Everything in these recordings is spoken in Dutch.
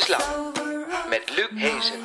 Lang met Luc Hezen.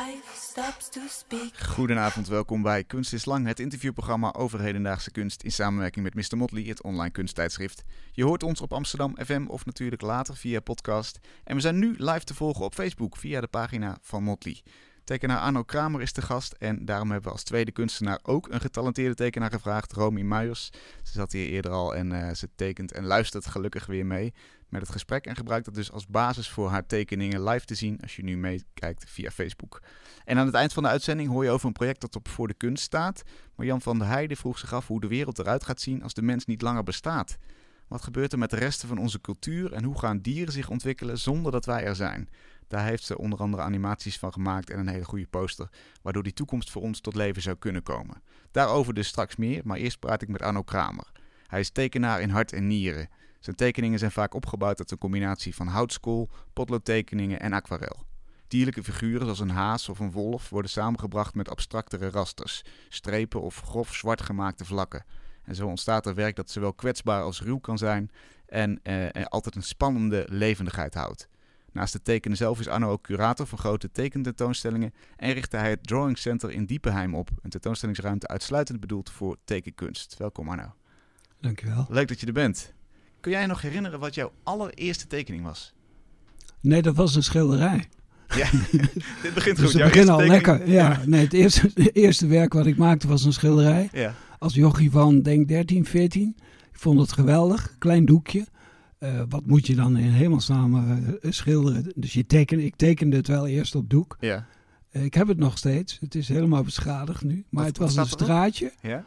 Goedenavond, welkom bij Kunst is Lang, het interviewprogramma over hedendaagse kunst in samenwerking met Mr. Motley, het online kunsttijdschrift. Je hoort ons op Amsterdam FM of natuurlijk later via podcast. En we zijn nu live te volgen op Facebook via de pagina van Motley. Tekenaar Arno Kramer is te gast en daarom hebben we als tweede kunstenaar ook een getalenteerde tekenaar gevraagd, Romy Muijers. Ze zat hier eerder al en ze tekent en luistert gelukkig weer mee met het gesprek en gebruikt dat dus als basis voor haar tekeningen live te zien als je nu meekijkt via Facebook. En aan het eind van de uitzending hoor je over een project dat op Voor de Kunst staat. Marjan van der Heijden vroeg zich af hoe de wereld eruit gaat zien als de mens niet langer bestaat. Wat gebeurt er met de resten van onze cultuur en hoe gaan dieren zich ontwikkelen zonder dat wij er zijn? Daar heeft ze onder andere animaties van gemaakt en een hele goede poster, waardoor die toekomst voor ons tot leven zou kunnen komen. Daarover dus straks meer, maar eerst praat ik met Arno Kramer. Hij is tekenaar in hart en nieren. Zijn tekeningen zijn vaak opgebouwd uit een combinatie van houtskool, potloodtekeningen en aquarel. Dierlijke figuren zoals een haas of een wolf worden samengebracht met abstractere rasters, strepen of grof zwart gemaakte vlakken. En zo ontstaat er werk dat zowel kwetsbaar als ruw kan zijn en altijd een spannende levendigheid houdt. Naast het tekenen zelf is Arno ook curator van grote tekententoonstellingen en richtte hij het Drawing Center in Diepenheim op, een tentoonstellingsruimte uitsluitend bedoeld voor tekenkunst. Welkom Arno. Dankjewel. Leuk dat je er bent. Kun jij je nog herinneren wat jouw allereerste tekening was? Nee, dat was een schilderij. Ja, dit begint dus goed. het begint al lekker. Ja. Nee, het eerste werk wat ik maakte was een schilderij. Ja. Als jochie van, denk 13, 14. Ik vond het geweldig. Klein doekje. Wat moet je dan in hemelsnaam schilderen? Dus ik tekende het wel eerst op doek. Ja. Ik heb het nog steeds. Het is helemaal beschadigd nu. Maar het was een straatje. Ja.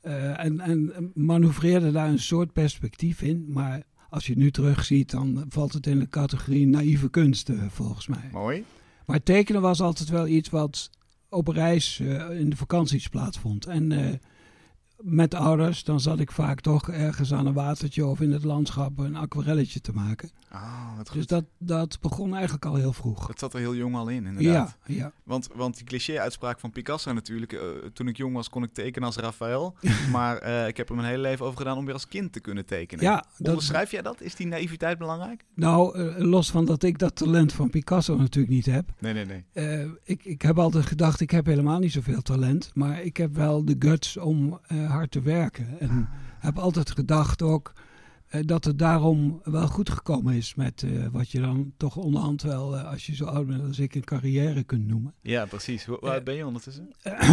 En manoeuvreerde daar een soort perspectief in. Maar als je het nu terugziet, dan valt het in de categorie naïeve kunst, volgens mij. Mooi. Maar tekenen was altijd wel iets wat op reis in de vakanties plaatsvond. En met ouders, dan zat ik vaak toch ergens aan een watertje of in het landschap een aquarelletje te maken. Oh, wat goed. Dus dat begon eigenlijk al heel vroeg. Dat zat er heel jong al in, inderdaad. Ja. Want die cliché-uitspraak van Picasso natuurlijk. Toen ik jong was kon ik tekenen als Raphaël. Maar ik heb er mijn hele leven over gedaan om weer als kind te kunnen tekenen. Ja, onderschrijf jij dat? Is die naïviteit belangrijk? Nou, los van dat ik dat talent van Picasso natuurlijk niet heb. Nee. Ik heb altijd gedacht, ik heb helemaal niet zoveel talent. Maar ik heb wel de guts om hard te werken. En heb altijd gedacht ook dat het daarom wel goed gekomen is met wat je dan toch onderhand wel, als je zo oud bent als ik, een carrière kunt noemen. Ja, precies. Hoe oud ben je ondertussen?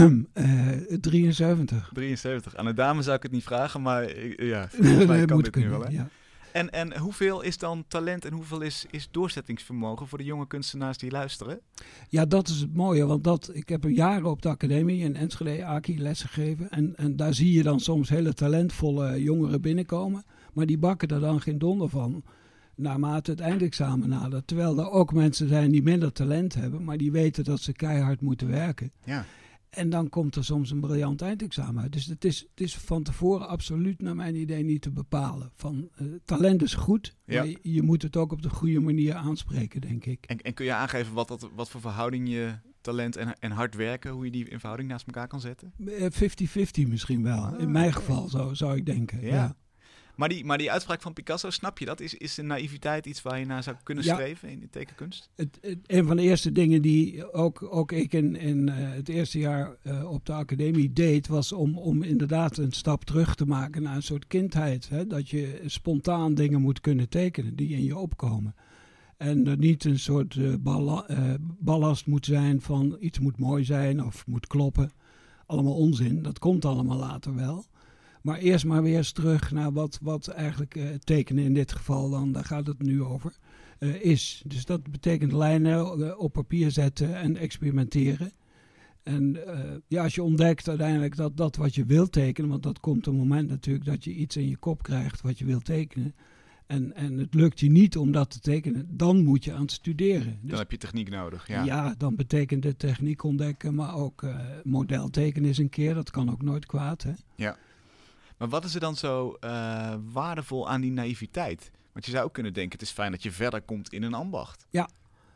73. 73. Aan de dame zou ik het niet vragen, maar volgens mij kan dit kunnen, nu wel. Hè? Ja. En hoeveel is dan talent en hoeveel is doorzettingsvermogen voor de jonge kunstenaars die luisteren? Ja, dat is het mooie, want ik heb jaren op de academie in Enschede, Aki, lessen gegeven. En daar zie je dan soms hele talentvolle jongeren binnenkomen. Maar die bakken er dan geen donder van naarmate het eindexamen nadert. Terwijl er ook mensen zijn die minder talent hebben, maar die weten dat ze keihard moeten werken. Ja. En dan komt er soms een briljant eindexamen uit. Dus het is van tevoren absoluut naar mijn idee niet te bepalen. Talent is goed, maar je moet het ook op de goede manier aanspreken, denk ik. En kun je aangeven wat voor verhouding je talent en hard werken, hoe je die in verhouding naast elkaar kan zetten? 50-50 misschien wel. In mijn geval zou ik denken, ja. Maar die uitspraak van Picasso, snap je dat? Is de naïviteit iets waar je naar zou kunnen streven in de tekenkunst? Een van de eerste dingen die ook ik in het eerste jaar op de academie deed, was om inderdaad een stap terug te maken naar een soort kindheid. Hè? Dat je spontaan dingen moet kunnen tekenen die in je opkomen. En er niet een soort ballast moet zijn van iets moet mooi zijn of moet kloppen. Allemaal onzin, dat komt allemaal later wel. Maar eerst maar weer eens terug naar wat eigenlijk tekenen in dit geval dan, daar gaat het nu over, is. Dus dat betekent lijnen op papier zetten en experimenteren. En als je ontdekt uiteindelijk dat wat je wilt tekenen, want dat komt een moment natuurlijk dat je iets in je kop krijgt wat je wilt tekenen. En het lukt je niet om dat te tekenen, dan moet je aan het studeren. Dus, dan heb je techniek nodig, ja. Ja, dan betekent het techniek ontdekken, maar ook model tekenen eens een keer, dat kan ook nooit kwaad, hè. Ja. Maar wat is er dan zo waardevol aan die naïviteit? Want je zou ook kunnen denken, het is fijn dat je verder komt in een ambacht. Ja,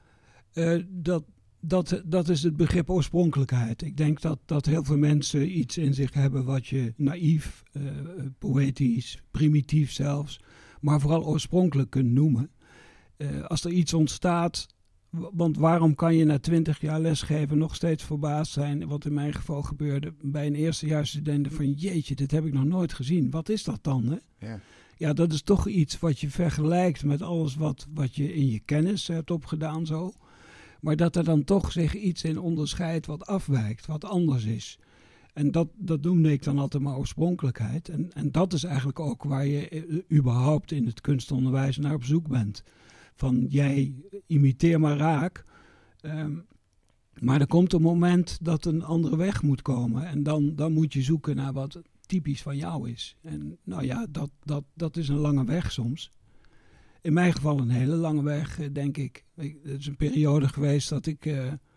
dat is het begrip oorspronkelijkheid. Ik denk dat heel veel mensen iets in zich hebben wat je naïef, poëtisch, primitief zelfs, maar vooral oorspronkelijk kunt noemen. Als er iets ontstaat Want waarom kan je na 20 jaar lesgeven nog steeds verbaasd zijn, wat in mijn geval gebeurde, bij een eerstejaarsstudent van jeetje, dit heb ik nog nooit gezien. Wat is dat dan? Hè? Ja. Ja, dat is toch iets wat je vergelijkt met alles wat je in je kennis hebt opgedaan zo. Maar dat er dan toch zich iets in onderscheidt wat afwijkt, wat anders is. En dat noemde ik dan altijd maar oorspronkelijkheid. En dat is eigenlijk ook waar je überhaupt in het kunstonderwijs naar op zoek bent. Van jij imiteer maar raak. Maar er komt een moment dat een andere weg moet komen. En dan moet je zoeken naar wat typisch van jou is. En nou ja, dat is een lange weg soms. In mijn geval een hele lange weg, denk ik. Het is een periode geweest dat ik...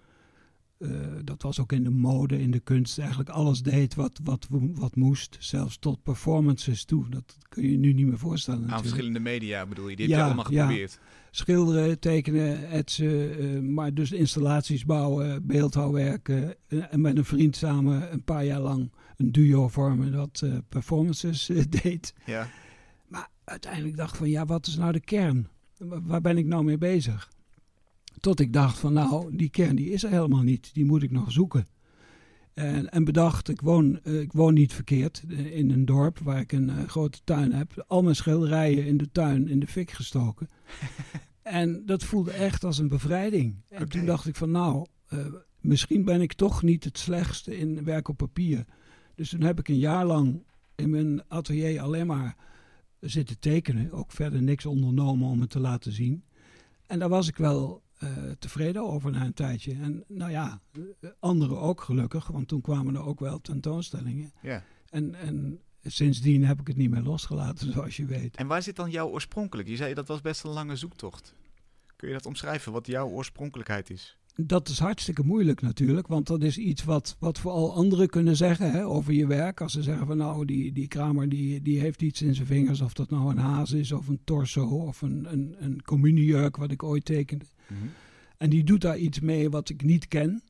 dat was ook in de mode, in de kunst, eigenlijk alles deed wat moest. Zelfs tot performances toe. Dat kun je je nu niet meer voorstellen natuurlijk. Aan verschillende media bedoel je? Die heb je allemaal geprobeerd? Ja. Schilderen, tekenen, etsen, maar dus installaties bouwen, beeldhouwwerken. En met een vriend samen een paar jaar lang een duo vormen dat performances deed. Ja. Maar uiteindelijk dacht ik van, ja, wat is nou de kern? Waar ben ik nou mee bezig? Tot ik dacht van, nou, die kern die is er helemaal niet. Die moet ik nog zoeken. En bedacht, ik woon niet verkeerd in een dorp waar ik een grote tuin heb. Al mijn schilderijen in de tuin in de fik gestoken. En dat voelde echt als een bevrijding. En toen dacht ik van, nou, misschien ben ik toch niet het slechtste in werk op papier. Dus toen heb ik een jaar lang in mijn atelier alleen maar zitten tekenen. Ook verder niks ondernomen om het te laten zien. En daar was ik wel tevreden over na een tijdje. En nou ja, anderen ook gelukkig, want toen kwamen er ook wel tentoonstellingen. Ja. En sindsdien heb ik het niet meer losgelaten, zoals je weet. En waar zit dan jouw oorspronkelijk? Je zei dat was best een lange zoektocht. Kun je dat omschrijven, wat jouw oorspronkelijkheid is? Dat is hartstikke moeilijk natuurlijk, want dat is iets wat vooral anderen kunnen zeggen, hè, over je werk. Als ze zeggen van nou, die Kramer die heeft iets in zijn vingers, of dat nou een haas is of een torso of een communiejurk wat ik ooit tekende. Mm-hmm. En die doet daar iets mee wat ik niet ken.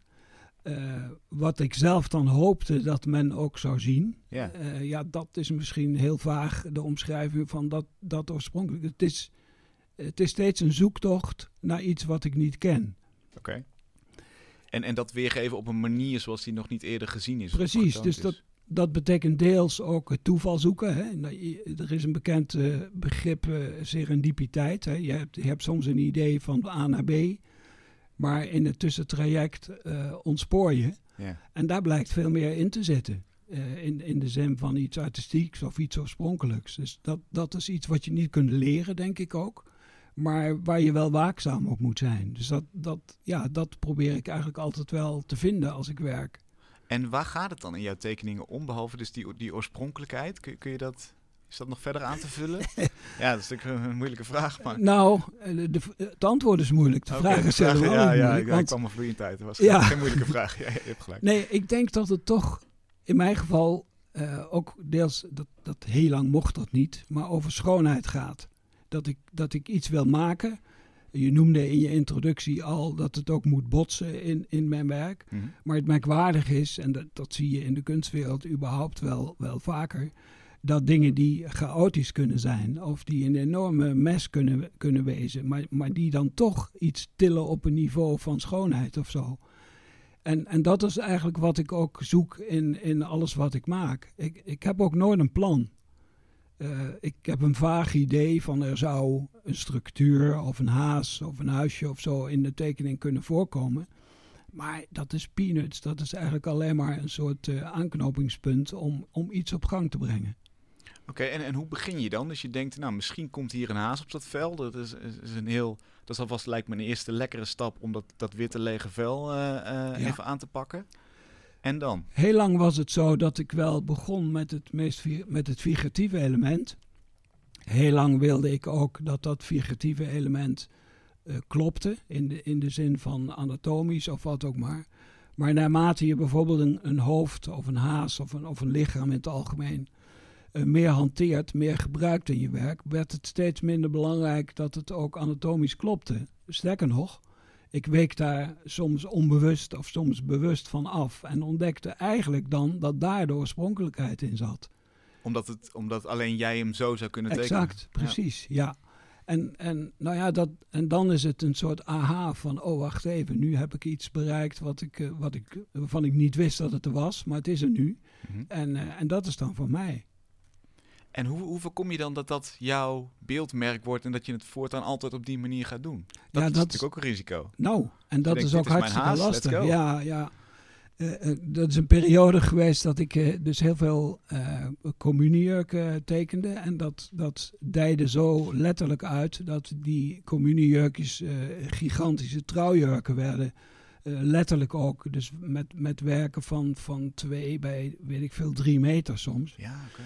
Wat ik zelf dan hoopte dat men ook zou zien. Yeah. Ja, dat is misschien heel vaag de omschrijving van dat oorspronkelijk. Het is steeds een zoektocht naar iets wat ik niet ken. Oké. En dat weergeven op een manier zoals die nog niet eerder gezien is. Precies, dus dat betekent deels ook het toeval zoeken. Hè. Er is een bekend begrip serendipiteit. Hè. Je hebt soms een idee van A naar B, maar in het tussentraject ontspoor je. Yeah. En daar blijkt veel meer in te zitten. In de zin van iets artistieks of iets oorspronkelijks. Dus dat is iets wat je niet kunt leren, denk ik ook. Maar waar je wel waakzaam op moet zijn. Dus dat probeer ik eigenlijk altijd wel te vinden als ik werk. En waar gaat het dan in jouw tekeningen om? Behalve dus die oorspronkelijkheid. Kun je dat... Is dat nog verder aan te vullen? Ja, dat is natuurlijk een moeilijke vraag. Maar... Nou, het antwoord is moeilijk. De vraag is helemaal moeilijk. Ik kwam maar vloeiend uit. Dat was geen moeilijke vraag. Ja, je hebt gelijk. Nee, ik denk dat het toch in mijn geval ook deels... Dat heel lang mocht dat niet, maar over schoonheid gaat. Dat ik iets wil maken. Je noemde in je introductie al dat het ook moet botsen in mijn werk. Mm-hmm. Maar het merkwaardig is, en dat zie je in de kunstwereld überhaupt wel vaker, dat dingen die chaotisch kunnen zijn of die een enorme mes kunnen wezen, maar die dan toch iets tillen op een niveau van schoonheid of zo. En dat is eigenlijk wat ik ook zoek in alles wat ik maak. Ik heb ook nooit een plan. Ik heb een vaag idee van er zou een structuur of een haas of een huisje of zo in de tekening kunnen voorkomen. Maar dat is peanuts. Dat is eigenlijk alleen maar een soort aanknopingspunt om iets op gang te brengen. Oké, en hoe begin je dan? Dus je denkt, nou, misschien komt hier een haas op dat vel. Dat is alvast lijkt me een eerste lekkere stap om dat witte lege vel even aan te pakken. En dan? Heel lang was het zo dat ik wel begon met het figuratieve element. Heel lang wilde ik ook dat figuratieve element klopte. In de zin van anatomisch of wat ook maar. Maar naarmate je bijvoorbeeld een hoofd of een haas of een lichaam in het algemeen meer hanteert, meer gebruikt in je werk, werd het steeds minder belangrijk dat het ook anatomisch klopte. Sterker nog, ik week daar soms onbewust of soms bewust van af en ontdekte eigenlijk dan dat daar de oorspronkelijkheid in zat. Omdat alleen jij hem zo zou kunnen tekenen? Exact, precies, ja. En nou ja, en dan is het een soort aha van, oh wacht even, nu heb ik iets bereikt waarvan ik niet wist dat het er was, maar het is er nu. Mm-hmm. En dat is dan voor mij. En hoe voorkom je dan dat jouw beeldmerk wordt en dat je het voortaan altijd op die manier gaat doen? Dat is natuurlijk ook een risico. Nou, en dat is ook hartstikke haast, lastig. Ja. Dat is een periode geweest dat ik dus heel veel communiejurken tekende. En dat dijde zo letterlijk uit dat die communiejurkjes gigantische trouwjurken werden. Letterlijk ook. Dus met werken van 2 bij, weet ik veel, 3 meter soms. Ja, oké.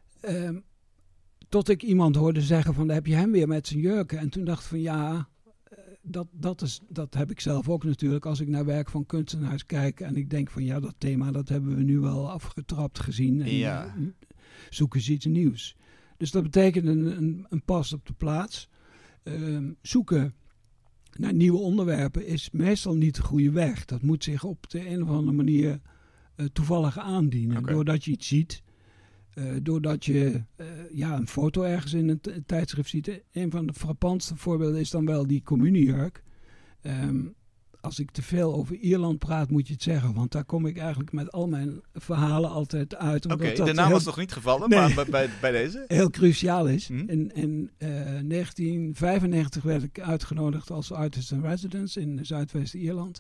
Tot ik iemand hoorde zeggen van, heb je hem weer met zijn jurken? En toen dacht ik van, ja, dat heb ik zelf ook natuurlijk. Als ik naar werk van kunstenaars kijk en ik denk van, ja, dat thema, dat hebben we nu wel afgetrapt gezien. En zoeken ze iets nieuws. Dus dat betekent een pas op de plaats. Zoeken naar nieuwe onderwerpen is meestal niet de goede weg. Dat moet zich op de een of andere manier toevallig aandienen. Okay. Doordat je iets ziet. Doordat je een foto ergens in een tijdschrift ziet. Een van de frappantste voorbeelden is dan wel die communiejurk. Als ik te veel over Ierland praat, moet je het zeggen. Want daar kom ik eigenlijk met al mijn verhalen altijd uit. Oké, de naam was nog niet gevallen, maar bij deze? Heel cruciaal is. In 1995 werd ik uitgenodigd als artist in residence in Zuidwest-Ierland.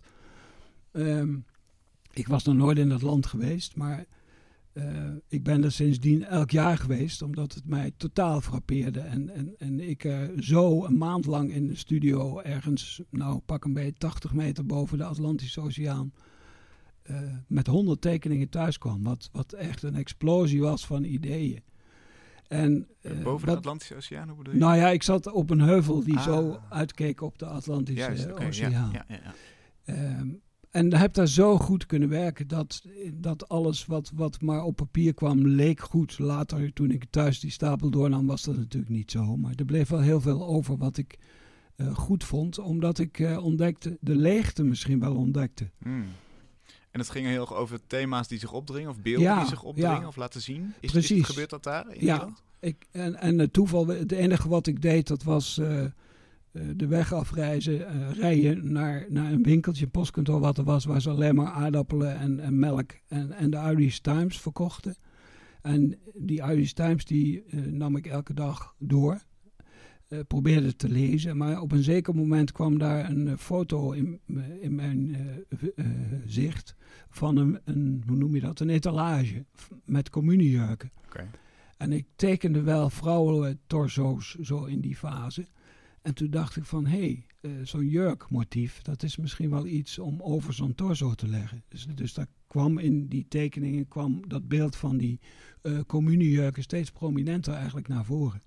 Ik was nog nooit in dat land geweest, maar ik ben er sindsdien elk jaar geweest, omdat het mij totaal frappeerde. En ik zo een maand lang in de studio ergens, pak een beetje 80 meter boven de Atlantische Oceaan, met 100 tekeningen thuis kwam. Wat echt een explosie was van ideeën. En, boven de Atlantische Oceaan, hoe bedoel je? Nou ja, ik zat op een heuvel die zo uitkeek op de Atlantische Oceaan. Ja. En heb daar zo goed kunnen werken dat alles wat maar op papier kwam leek goed. Later, toen ik thuis die stapel doornam, was dat natuurlijk niet zo. Maar er bleef wel heel veel over wat ik goed vond. Omdat ik ontdekte, de leegte misschien wel ontdekte. En het ging heel erg over thema's die zich opdringen of beelden die zich opdringen of laten zien. Precies. Gebeurt dat daar in Nederland? En het toeval, het enige wat ik deed, dat was de weg afreizen, rijden naar een winkeltje, een postkantoor wat er was, waar ze alleen maar aardappelen en melk en de Irish Times verkochten. En die Irish Times die nam ik elke dag door. Probeerde te lezen, maar op een zeker moment kwam daar een foto in mijn zicht van een, hoe noem je dat, een etalage met communiejurken. Okay. En ik tekende wel vrouwen torso's zo in die fase. En toen dacht ik van, zo'n jurkmotief, dat is misschien wel iets om over zo'n torso te leggen. Dus daar kwam in die tekeningen dat beeld van die communiejurken steeds prominenter eigenlijk naar voren.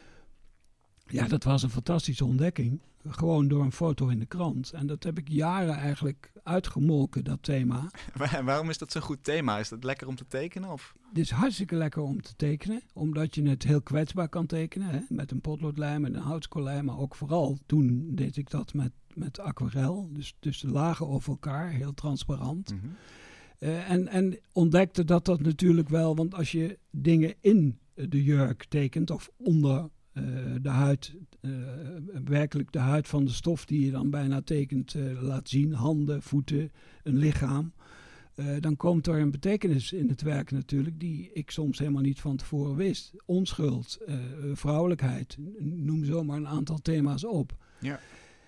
Ja, dat was een fantastische ontdekking. Gewoon door een foto in de krant. En dat heb ik jaren eigenlijk uitgemolken, dat thema. Waarom is dat zo'n goed thema? Is dat lekker om te tekenen? Of? Het is hartstikke lekker om te tekenen. Omdat je het heel kwetsbaar kan tekenen. Hè? Met een potloodlijm en een houtskoollijm. Maar ook vooral toen deed ik dat met aquarel. Dus de lagen over elkaar. Heel transparant. Mm-hmm. En ontdekte dat natuurlijk wel. Want als je dingen in de jurk tekent of onder de huid, werkelijk de huid van de stof die je dan bijna tekent laat zien, handen, voeten, een lichaam, dan komt er een betekenis in het werk natuurlijk die ik soms helemaal niet van tevoren wist. Onschuld, vrouwelijkheid, noem zo maar een aantal thema's op. Ja.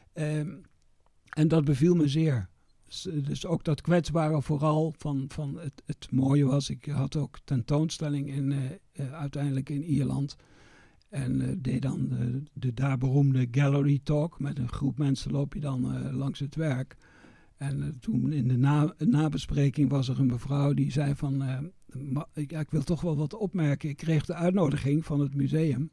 En dat beviel me zeer. Dus ook dat kwetsbare vooral van het mooie was. Ik had ook tentoonstelling uiteindelijk in Ierland. En deed dan de daar beroemde gallery talk. Met een groep mensen loop je dan langs het werk. En toen in de nabespreking was er een mevrouw die zei van... ik wil toch wel wat opmerken. Ik kreeg de uitnodiging van het museum.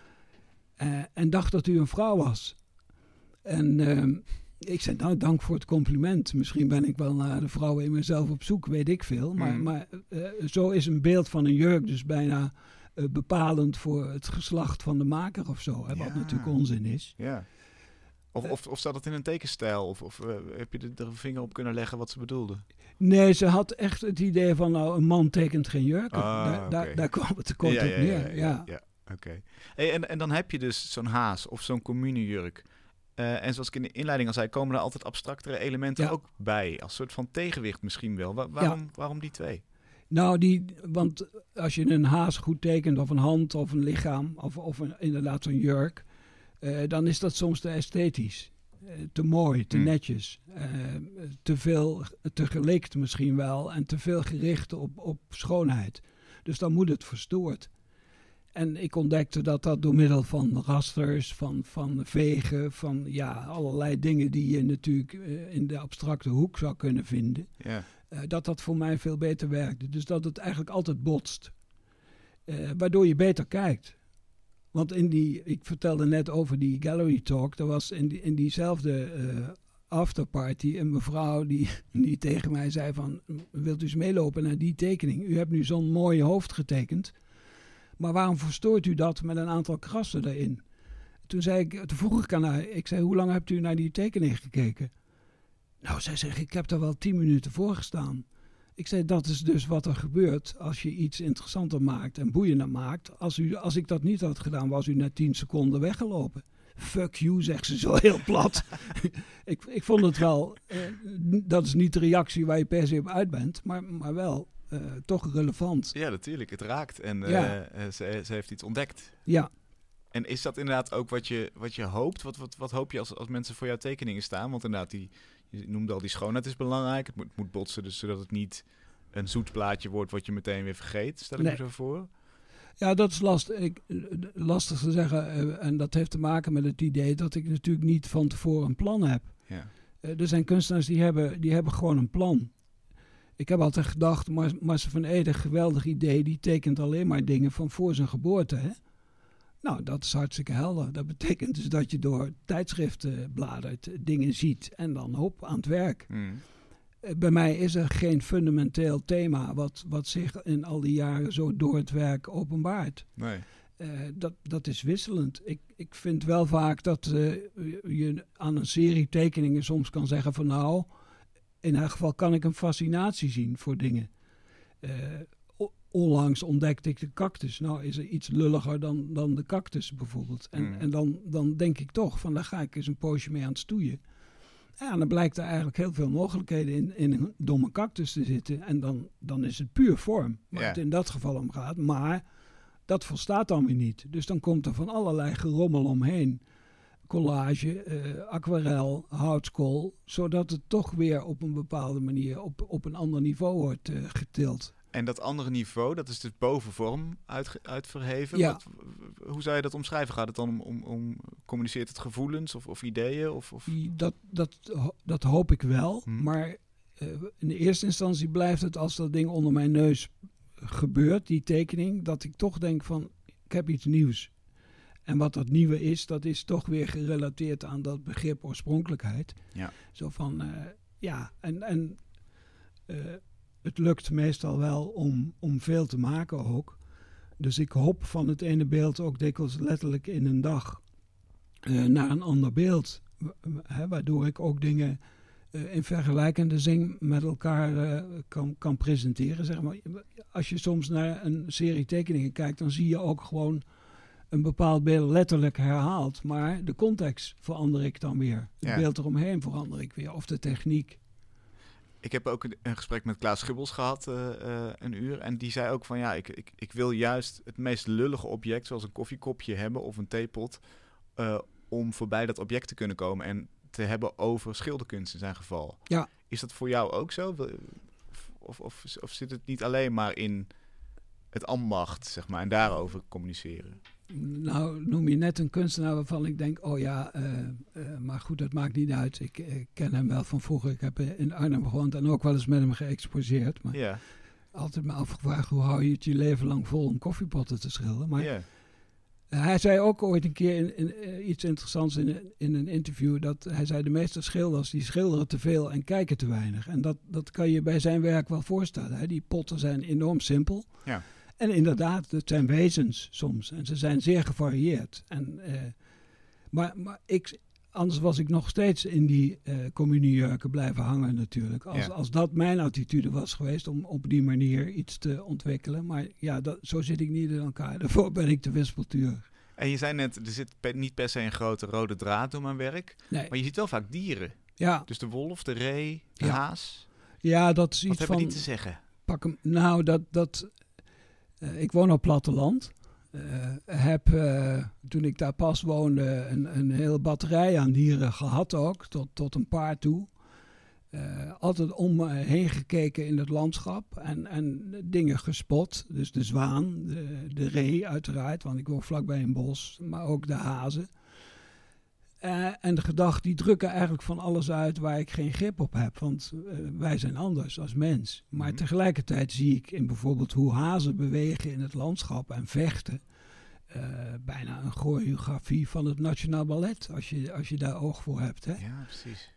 En dacht dat u een vrouw was. En ik zei, nou, dank voor het compliment. Misschien ben ik wel naar de vrouwen in mezelf op zoek, weet ik veel. Maar zo is een beeld van een jurk dus bijna... bepalend voor het geslacht van de maker of zo. Hè, wat natuurlijk onzin is. Ja. Of zat het in een tekenstijl? Of heb je er een vinger op kunnen leggen wat ze bedoelde? Nee, ze had echt het idee van... een man tekent geen jurk. Daar kwam het te kort op neer. Ja. Oké. Hey, en dan heb je dus zo'n haas of zo'n communiejurk. En zoals ik in de inleiding al zei, komen er altijd abstractere elementen ook bij. Als soort van tegenwicht misschien wel. Waarom die twee? Nou, want als je een haas goed tekent, of een hand, of een lichaam, of inderdaad zo'n jurk, dan is dat soms te esthetisch. Te mooi, te netjes. Te veel, te gelikt misschien wel. En te veel gericht op schoonheid. Dus dan moet het verstoord. En ik ontdekte dat door middel van rasters, van vegen, van allerlei dingen die je natuurlijk in de abstracte hoek zou kunnen vinden. Ja. Dat voor mij veel beter werkte. Dus dat het eigenlijk altijd botst. Waardoor je beter kijkt. Want ik vertelde net over die gallery talk. Er was in diezelfde afterparty een mevrouw die tegen mij zei van, wilt u eens meelopen naar die tekening? U hebt nu zo'n mooi hoofd getekend. Maar waarom verstoort u dat met een aantal krassen erin? Toen vroeg ik aan haar, hoe lang hebt u naar die tekening gekeken? Nou, zij zegt, ik heb daar wel 10 minuten voor gestaan. Ik zei, dat is dus wat er gebeurt als je iets interessanter maakt en boeiender maakt. Als ik dat niet had gedaan, was u na 10 seconden weggelopen. Fuck you, zegt ze zo heel plat. ik vond het wel, dat is niet de reactie waar je per se op uit bent, maar wel toch relevant. Ja, natuurlijk. Het raakt en ze heeft iets ontdekt. Ja. En is dat inderdaad ook wat je hoopt? Wat hoop je als mensen voor jouw tekeningen staan? Want inderdaad, je noemde al, die schoonheid is belangrijk. Het moet botsen, dus zodat het niet een zoet plaatje wordt wat je meteen weer vergeet. Stel ik me zo voor. Ja, dat is lastig te zeggen. En dat heeft te maken met het idee dat ik natuurlijk niet van tevoren een plan heb. Ja. Er zijn kunstenaars die hebben gewoon een plan. Ik heb altijd gedacht, Marcel van Ede, geweldig idee, die tekent alleen maar dingen van voor zijn geboorte. Hè? Nou, dat is hartstikke helder. Dat betekent dus dat je door tijdschriften bladert, dingen ziet en dan hop aan het werk. Bij mij is er geen fundamenteel thema wat zich in al die jaren zo door het werk openbaart. Nee. Dat is wisselend. Ik vind wel vaak dat je aan een serie tekeningen soms kan zeggen van nou, in elk geval kan ik een fascinatie zien voor dingen. Onlangs ontdekte ik de cactus. Nou is er iets lulliger dan de cactus bijvoorbeeld. En dan denk ik toch van daar ga ik eens een poosje mee aan het stoeien. Ja, en dan blijkt er eigenlijk heel veel mogelijkheden in een domme cactus te zitten. En dan is het puur vorm waar het in dat geval om gaat. Maar dat volstaat dan weer niet. Dus dan komt er van allerlei gerommel omheen. Collage, aquarel, houtskool. Zodat het toch weer op een bepaalde manier op een ander niveau wordt getild. En dat andere niveau, dat is dus boven vorm uitverheven. Ja. Hoe zou je dat omschrijven? Gaat het dan om communiceert het gevoelens of ideeën? Of? Dat hoop ik wel. Maar in de eerste instantie blijft het als dat ding onder mijn neus gebeurt, die tekening, dat ik toch denk van, ik heb iets nieuws. En wat dat nieuwe is, dat is toch weer gerelateerd aan dat begrip oorspronkelijkheid. Ja. Zo van, het lukt meestal wel om veel te maken ook. Dus ik hop van het ene beeld ook dikwijls letterlijk in een dag naar een ander beeld. Waardoor ik ook dingen in vergelijkende zin met elkaar kan presenteren. Zeg maar. Als je soms naar een serie tekeningen kijkt, dan zie je ook gewoon een bepaald beeld letterlijk herhaald. Maar de context verander ik dan weer. Het beeld eromheen verander ik weer. Of de techniek. Ik heb ook een gesprek met Klaas Schubbels gehad, een uur. En die zei ook van ik wil juist het meest lullige object, zoals een koffiekopje hebben of een theepot, om voorbij dat object te kunnen komen en te hebben over schilderkunst in zijn geval. Ja. Is dat voor jou ook zo? Of zit het niet alleen maar in het ambacht, zeg maar, en daarover communiceren? Nou, noem je net een kunstenaar waarvan ik denk, maar goed, dat maakt niet uit. Ik ken hem wel van vroeger. Ik heb in Arnhem gewoond en ook wel eens met hem geëxposeerd. Maar altijd me afgevraagd, hoe hou je het je leven lang vol om koffiepotten te schilderen? Maar hij zei ook ooit een keer iets interessants in een interview, dat hij zei, de meeste schilders die schilderen te veel en kijken te weinig. En dat kan je bij zijn werk wel voorstellen. Hè? Die potten zijn enorm simpel. Ja. En inderdaad, het zijn wezens soms. En ze zijn zeer gevarieerd. Maar anders was ik nog steeds in die communiejurken blijven hangen natuurlijk. Als dat mijn attitude was geweest om op die manier iets te ontwikkelen. Maar ja, zo zit ik niet in elkaar. Daarvoor ben ik te wispelturig. En je zei net, er zit niet per se een grote rode draad door mijn werk. Nee. Maar je ziet wel vaak dieren. Ja. Dus de wolf, de ree, de haas. Ja, dat is Wat iets hebben van... die te zeggen? Pak hem. Nou, ik woon op platteland. Toen ik daar pas woonde een hele batterij aan dieren gehad ook, tot een paar toe. Altijd om me heen gekeken in het landschap en dingen gespot. Dus de zwaan, de ree uiteraard, want ik woon vlakbij een bos, maar ook de hazen. En de gedachten die drukken eigenlijk van alles uit waar ik geen grip op heb. Want wij zijn anders als mens. Maar tegelijkertijd zie ik in bijvoorbeeld hoe hazen bewegen in het landschap en vechten. Bijna een choreografie van het Nationaal Ballet, als je daar oog voor hebt. Hè? Ja, precies.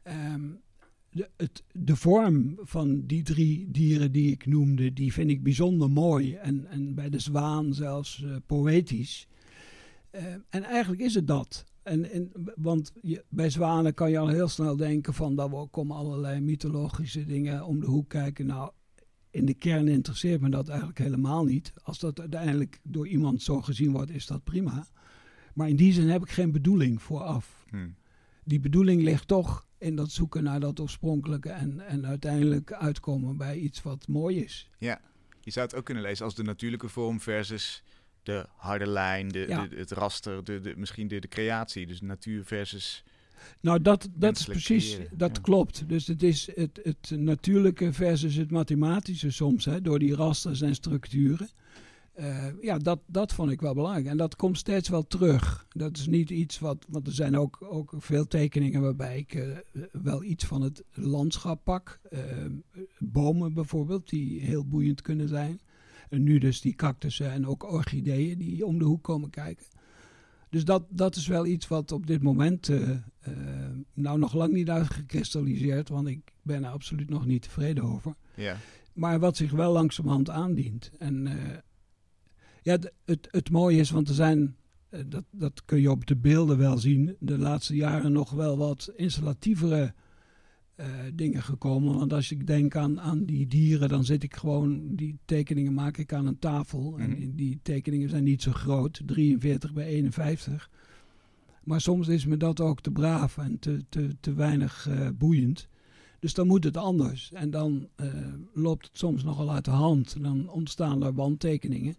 De vorm van die 3 dieren die ik noemde, die vind ik bijzonder mooi. En bij de zwaan zelfs poëtisch. En eigenlijk is het dat. Want bij zwanen kan je al heel snel denken van dat komen allerlei mythologische dingen om de hoek kijken. Nou, in de kern interesseert me dat eigenlijk helemaal niet. Als dat uiteindelijk door iemand zo gezien wordt, is dat prima. Maar in die zin heb ik geen bedoeling vooraf. Die bedoeling ligt toch in dat zoeken naar dat oorspronkelijke en uiteindelijk uitkomen bij iets wat mooi is. Ja, je zou het ook kunnen lezen als de natuurlijke vorm versus de harde lijn, het raster, misschien de creatie. Dus natuur versus... Nou, dat is precies, creëren. dat klopt. Dus het is het natuurlijke versus het mathematische soms, hè, door die rasters en structuren. Dat vond ik wel belangrijk. En dat komt steeds wel terug. Dat is niet iets want er zijn ook veel tekeningen waarbij ik wel iets van het landschap pak. Bomen bijvoorbeeld, die heel boeiend kunnen zijn. En nu dus die cactussen en ook orchideeën die om de hoek komen kijken. Dus dat is wel iets wat op dit moment nog lang niet uitgekristalliseerd, want ik ben er absoluut nog niet tevreden over. Ja. Maar wat zich wel langzamerhand aandient. En het mooie is, want er zijn, dat kun je op de beelden wel zien, de laatste jaren nog wel wat installatievere dingen gekomen. Want als ik denk aan die dieren, dan zit ik gewoon, die tekeningen maak ik aan een tafel. En die tekeningen zijn niet zo groot, 43 bij 51. Maar soms is me dat ook te braaf en te weinig boeiend. Dus dan moet het anders. En dan loopt het soms nogal uit de hand. Dan ontstaan er wandtekeningen.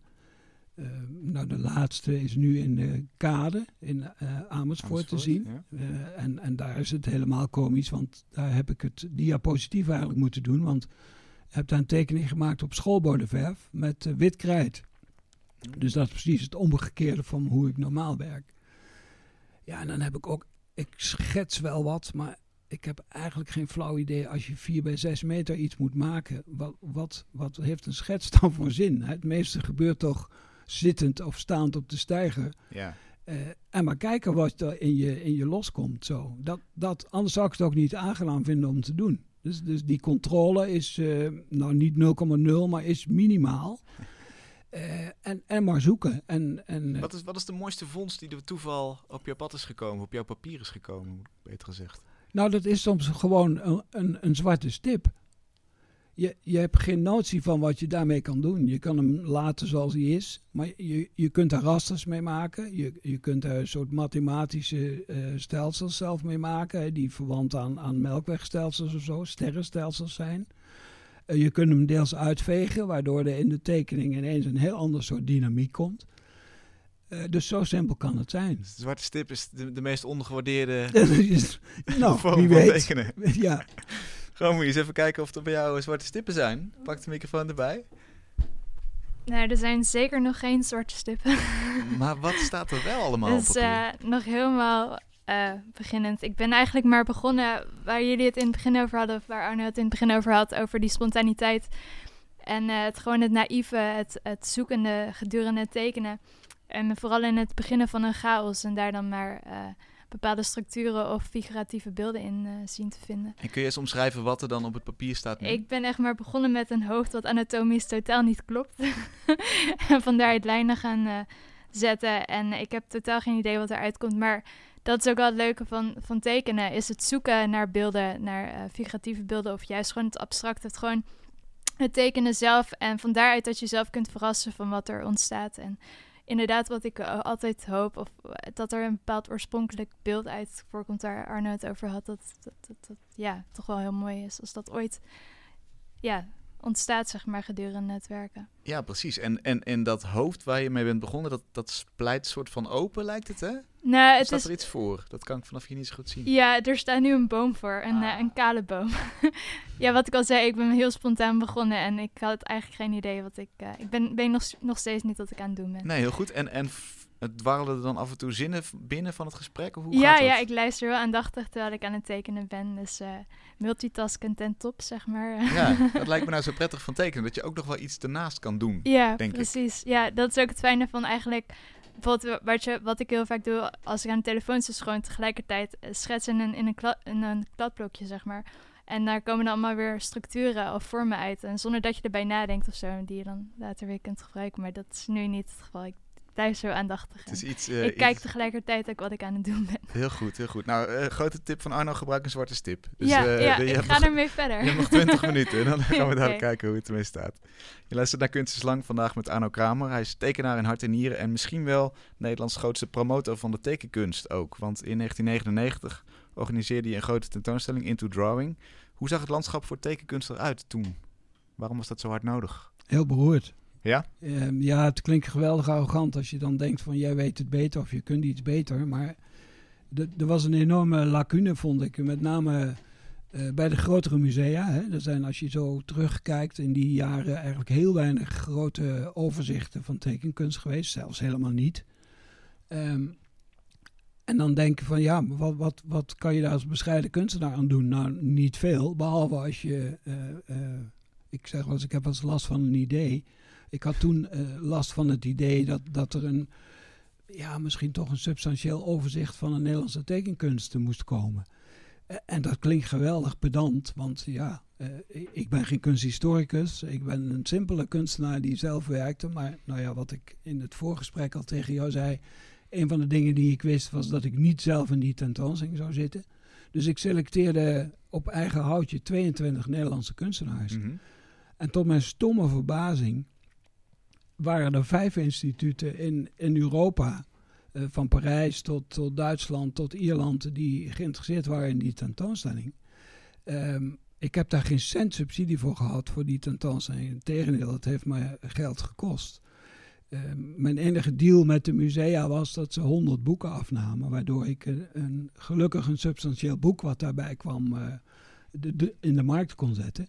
De laatste is nu in de Kade in Amersfoort te zien. Ja. En daar is het helemaal komisch, want daar heb ik het diapositief eigenlijk moeten doen. Want ik heb daar een tekening gemaakt op schoolbordenverf met wit krijt. Dus dat is precies het omgekeerde van hoe ik normaal werk. Ja, en dan heb ik schets wel wat, maar ik heb eigenlijk geen flauw idee. Als je 4 bij 6 meter iets moet maken, wat heeft een schets dan voor zin? Het meeste gebeurt toch zittend of staand op de steiger. Ja. En maar kijken wat er in je loskomt. Zo. Anders zou ik het ook niet aangenaam vinden om te doen. Dus die controle is niet 0,0, maar is minimaal. En maar zoeken. Wat is de mooiste vondst die door toeval op jouw pad is gekomen, op jouw papier is gekomen, beter gezegd? Nou, dat is soms gewoon een zwarte stip. Je hebt geen notie van wat je daarmee kan doen. Je kan hem laten zoals hij is, maar je kunt er rasters mee maken. Je kunt er een soort mathematische stelsels zelf mee maken, die verwant aan melkwegstelsels of zo, sterrenstelsels zijn. Je kunt hem deels uitvegen, waardoor er in de tekening ineens een heel ander soort dynamiek komt. Dus zo simpel kan het zijn. De zwarte stip is de meest ondergewaardeerde vorm wie weet. Van tekenen. Ja. Gewoon moet je eens even kijken of er bij jou zwarte stippen zijn. Pak de microfoon erbij. Nou, er zijn zeker nog geen zwarte stippen. Maar wat staat er wel allemaal op papier? Nog helemaal beginnend. Ik ben eigenlijk maar begonnen waar jullie het in het begin over hadden, of waar Arno het in het begin over had, over die spontaniteit. En het naïeve, het zoekende gedurende het tekenen. En vooral in het beginnen van een chaos en daar dan maar bepaalde structuren of figuratieve beelden in zien te vinden. En kun je eens omschrijven wat er dan op het papier staat nu? Ik ben echt maar begonnen met een hoofd wat anatomisch totaal niet klopt. En vandaar het lijnen gaan zetten. En ik heb totaal geen idee wat eruit komt. Maar dat is ook wel het leuke van tekenen, is het zoeken naar beelden, naar figuratieve beelden of juist gewoon het abstracte, het tekenen zelf en van daaruit dat je zelf kunt verrassen van wat er ontstaat. En inderdaad wat ik altijd hoop, of dat er een bepaald oorspronkelijk beeld uit voorkomt waar Arno het over had, dat toch wel heel mooi is als dat ooit ontstaat, zeg maar, gedurende het werken. Ja, precies. En dat hoofd waar je mee bent begonnen, dat splijt soort van open, lijkt het, hè? Nou, Staat er iets voor? Dat kan ik vanaf hier niet zo goed zien. Ja, er staat nu een boom voor, een kale boom. Ja, wat ik al zei, ik ben heel spontaan begonnen en ik had eigenlijk geen idee wat ik ben nog steeds niet wat ik aan het doen ben. Nee, heel goed. En het dwarrelde er dan af en toe zinnen binnen van het gesprek? Of hoe Ja, gaat dat? ja, ik luister wel aandachtig terwijl ik aan het tekenen ben. Dus multitasken ten top, zeg maar. Ja, dat lijkt me nou zo prettig van tekenen, dat je ook nog wel iets ernaast kan doen. Ja, denk precies. Ja, dat is ook het fijne van eigenlijk, bijvoorbeeld wat ik heel vaak doe als ik aan de telefoon zit, is gewoon tegelijkertijd schetsen in een kladblokje, zeg maar. En daar komen dan allemaal weer structuren of vormen uit. En zonder dat je erbij nadenkt of zo, die je dan later weer kunt gebruiken. Maar dat is nu niet het geval. Ik blijf zo aandachtig. Het is iets, ik kijk tegelijkertijd ook wat ik aan het doen ben. Heel goed, heel goed. Nou, grote tip van Arno, gebruik een zwarte stip. Dus, ik ga ermee verder. Je hebt nog 20 minuten en dan gaan we daar Okay. kijken hoe het ermee staat. Je luistert naar Kunst is Lang vandaag met Arno Kramer. Hij is tekenaar in hart en nieren en misschien wel Nederlands grootste promotor van de tekenkunst ook. Want in 1999 organiseerde hij een grote tentoonstelling Into Drawing. Hoe zag het landschap voor tekenkunst eruit toen? Waarom was dat zo hard nodig? Heel beroerd. Ja? Ja, het klinkt geweldig arrogant als je dan denkt van jij weet het beter of je kunt iets beter. Maar er was een enorme lacune, vond ik. Met name bij de grotere musea. Hè. Er zijn, als je zo terugkijkt, in die jaren eigenlijk heel weinig grote overzichten van tekenkunst geweest. Zelfs helemaal niet. En dan denk je van ja, wat kan je daar als bescheiden kunstenaar aan doen? Nou, niet veel, behalve als je... ik zeg wel eens, ik heb wel eens last van een idee. Ik had toen last van het idee dat er misschien toch een substantieel overzicht van een Nederlandse tekenkunst moest komen. En dat klinkt geweldig pedant, want ik ben geen kunsthistoricus. Ik ben een simpele kunstenaar die zelf werkte. Maar nou ja, wat ik in het voorgesprek al tegen jou zei, een van de dingen die ik wist was dat ik niet zelf in die tentoonstelling zou zitten. Dus ik selecteerde op eigen houtje 22 Nederlandse kunstenaars. Mm-hmm. En tot mijn stomme verbazing waren er 5 instituten in Europa, van Parijs tot Duitsland tot Ierland, die geïnteresseerd waren in die tentoonstelling. Ik heb daar geen cent subsidie voor gehad voor die tentoonstelling. Integendeel, het heeft me geld gekost. Mijn enige deal met de musea was dat ze 100 boeken afnamen, waardoor ik gelukkig een substantieel boek wat daarbij kwam in de markt kon zetten.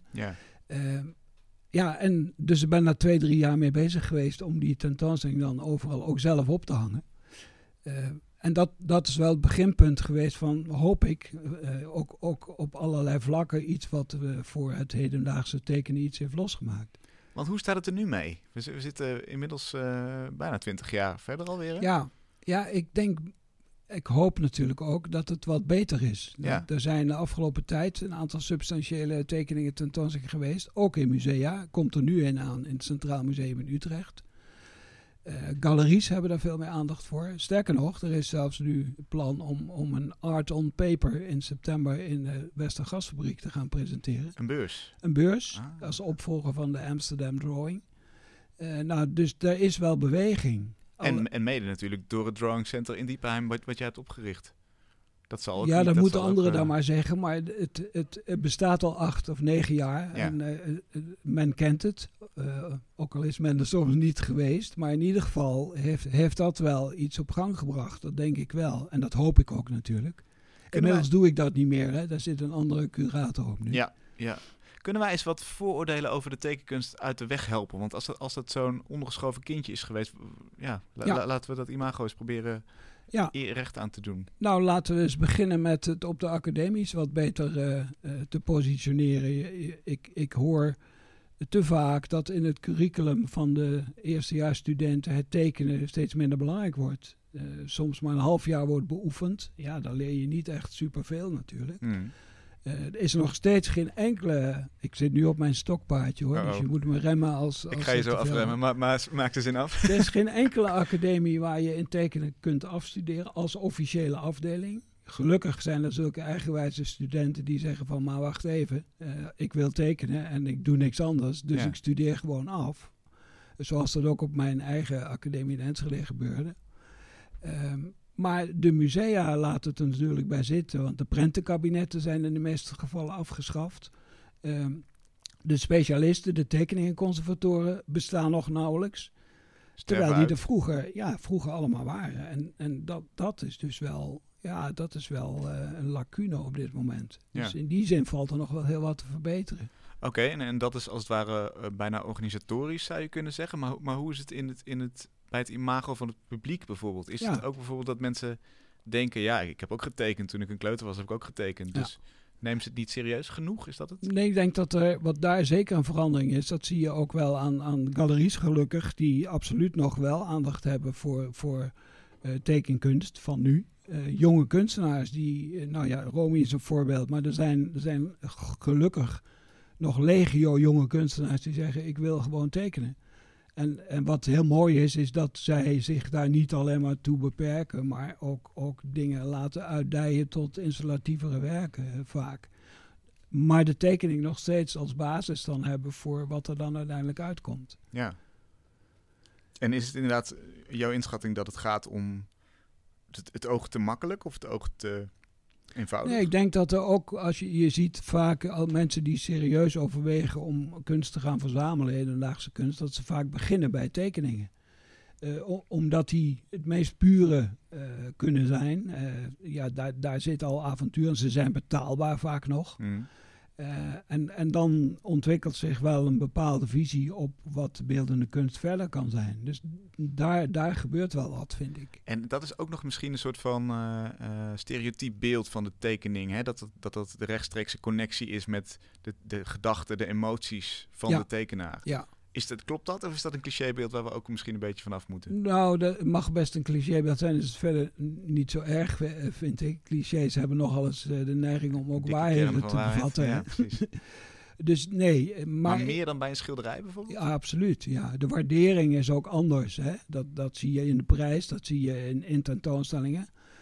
Ja. En dus ik ben daar 2-3 jaar mee bezig geweest om die tentoonstelling dan overal ook zelf op te hangen. En dat is wel het beginpunt geweest van, hoop ik, ook op allerlei vlakken iets wat voor het hedendaagse tekenen iets heeft losgemaakt. Want hoe staat het er nu mee? We zitten inmiddels bijna 20 jaar verder alweer. Hè? Ja, ik hoop natuurlijk ook dat het wat beter is. Ja. Er zijn de afgelopen tijd een aantal substantiële tekeningen tentoonstellingen geweest. Ook in musea. Komt er nu een aan in het Centraal Museum in Utrecht. Galeries hebben daar veel meer aandacht voor. Sterker nog, er is zelfs nu het plan om een art on paper in september in de Westergasfabriek te gaan presenteren. Een beurs? Een beurs, als opvolger van de Amsterdam Drawing. Dus er is wel beweging. En mede natuurlijk door het Drawing Center in Diepenheim wat jij hebt opgericht. Dat zal ook ja, niet, dat moeten anderen ook, dan maar zeggen. Maar het bestaat al 8 of 9 jaar. Ja. En men kent het. Ook al is men er soms niet geweest. Maar in ieder geval heeft dat wel iets op gang gebracht. Dat denk ik wel. En dat hoop ik ook natuurlijk. Inmiddels doe ik dat niet meer. Hè. Daar zit een andere curator op nu. Ja. Kunnen wij eens wat vooroordelen over de tekenkunst uit de weg helpen? Want als dat zo'n ondergeschoven kindje is geweest... laten we dat imago eens proberen recht aan te doen. Nou, laten we eens beginnen met het op de academies wat beter te positioneren. Ik hoor te vaak dat in het curriculum van de eerstejaarsstudenten het tekenen steeds minder belangrijk wordt. Soms maar een half jaar wordt beoefend. Ja, dan leer je niet echt superveel natuurlijk. Er is nog steeds geen enkele... Ik zit nu op mijn stokpaardje hoor, dus je moet me remmen als ik ga je zo afremmen, maar maak de zin af. Er is geen enkele academie waar je in tekenen kunt afstuderen als officiële afdeling. Gelukkig zijn er zulke eigenwijze studenten die zeggen van... maar wacht even, ik wil tekenen en ik doe niks anders, dus ik studeer gewoon af. Zoals dat ook op mijn eigen academie in Enschede gebeurde. Maar de musea laten het er natuurlijk bij zitten, want de prentenkabinetten zijn in de meeste gevallen afgeschaft. De specialisten, de tekeningenconservatoren bestaan nog nauwelijks. Terwijl die er vroeger allemaal waren. En dat is dus wel, een lacune op dit moment. Ja. Dus in die zin valt er nog wel heel wat te verbeteren. Oké, en dat is als het ware bijna organisatorisch, zou je kunnen zeggen. Maar hoe is het bij het imago van het publiek bijvoorbeeld? Is het ook bijvoorbeeld dat mensen denken... ik heb ook getekend. Toen ik een kleuter was, heb ik ook getekend. Dus neem ze het niet serieus genoeg? Is dat het? Nee, ik denk dat wat daar zeker een verandering is. Dat zie je ook wel aan galeries gelukkig... die absoluut nog wel aandacht hebben voor tekenkunst van nu. Jonge kunstenaars die... Romy is een voorbeeld, maar er zijn gelukkig... nog legio jonge kunstenaars die zeggen... ik wil gewoon tekenen. En wat heel mooi is dat zij zich daar niet alleen maar toe beperken... maar ook dingen laten uitdijen tot installatievere werken vaak. Maar de tekening nog steeds als basis dan hebben... voor wat er dan uiteindelijk uitkomt. Ja. En is het inderdaad jouw inschatting dat het gaat om... het oog te makkelijk of het oog te... eenvoudig? Nee, ik denk dat er ook, als je ziet vaak al mensen die serieus overwegen om kunst te gaan verzamelen, hedendaagse kunst, dat ze vaak beginnen bij tekeningen. Omdat die het meest pure kunnen zijn. Daar zit al avontuur en ze zijn betaalbaar vaak nog. En dan ontwikkelt zich wel een bepaalde visie op wat beeldende kunst verder kan zijn. Dus daar gebeurt wel wat, vind ik. En dat is ook nog misschien een soort van stereotyp beeld van de tekening. Hè? Dat de rechtstreekse connectie is met de gedachten, de emoties van de tekenaar. Ja. Klopt dat of is dat een clichébeeld waar we ook misschien een beetje vanaf moeten? Nou, dat mag best een clichébeeld zijn. Dus het is verder niet zo erg, vind ik. Clichés hebben nogal eens de neiging om ook waarheden te bevatten. Ja, precies. Dus nee. Maar meer dan bij een schilderij bijvoorbeeld? Ja, absoluut. Ja. De waardering is ook anders. Hè? Dat zie je in de prijs, dat zie je in tentoonstellingen.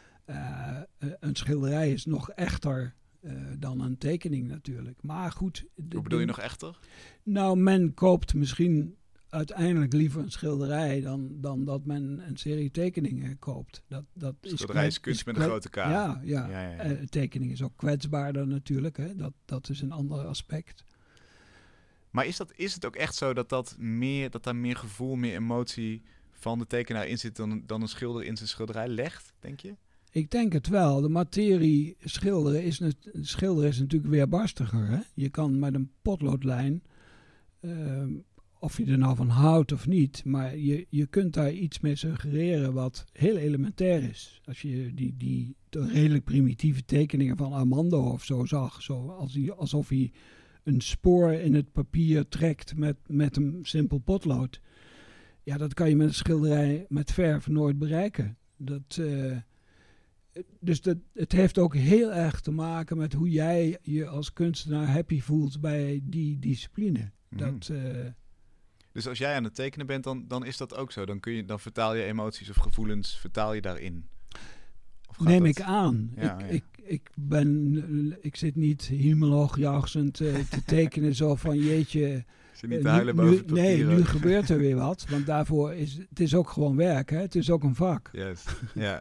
Een schilderij is nog echter... dan een tekening natuurlijk. Maar goed... Hoe bedoel je nog echter? Nou, men koopt misschien uiteindelijk liever een schilderij... dan dat men een serie tekeningen koopt. Schilderij is kunst met een grote K. Ja. Tekening is ook kwetsbaarder natuurlijk. Hè? Dat is een ander aspect. Maar is het ook echt zo dat daar meer gevoel, meer emotie... van de tekenaar in zit dan een schilder in zijn schilderij legt, denk je? Ik denk het wel. De materie schilderen is natuurlijk weerbarstiger. Hè? Je kan met een potloodlijn, of je er nou van houdt of niet, maar je kunt daar iets mee suggereren wat heel elementair is. Als je die redelijk primitieve tekeningen van Armando of zo zag, alsof hij een spoor in het papier trekt met een simpel potlood. Ja, dat kan je met een schilderij met verf nooit bereiken. Dus het heeft ook heel erg te maken met hoe jij je als kunstenaar happy voelt bij die discipline. Dus als jij aan het tekenen bent, dan is dat ook zo. Dan vertaal je emoties of gevoelens, vertaal je daarin. Ik aan. Ja, ik zit niet hemelhoogjuichend te tekenen zo van jeetje... Niet te huilen boven het papier. Nu gebeurt er weer wat. Want daarvoor het is ook gewoon werk. Hè? Het is ook een vak. Yes. Ja.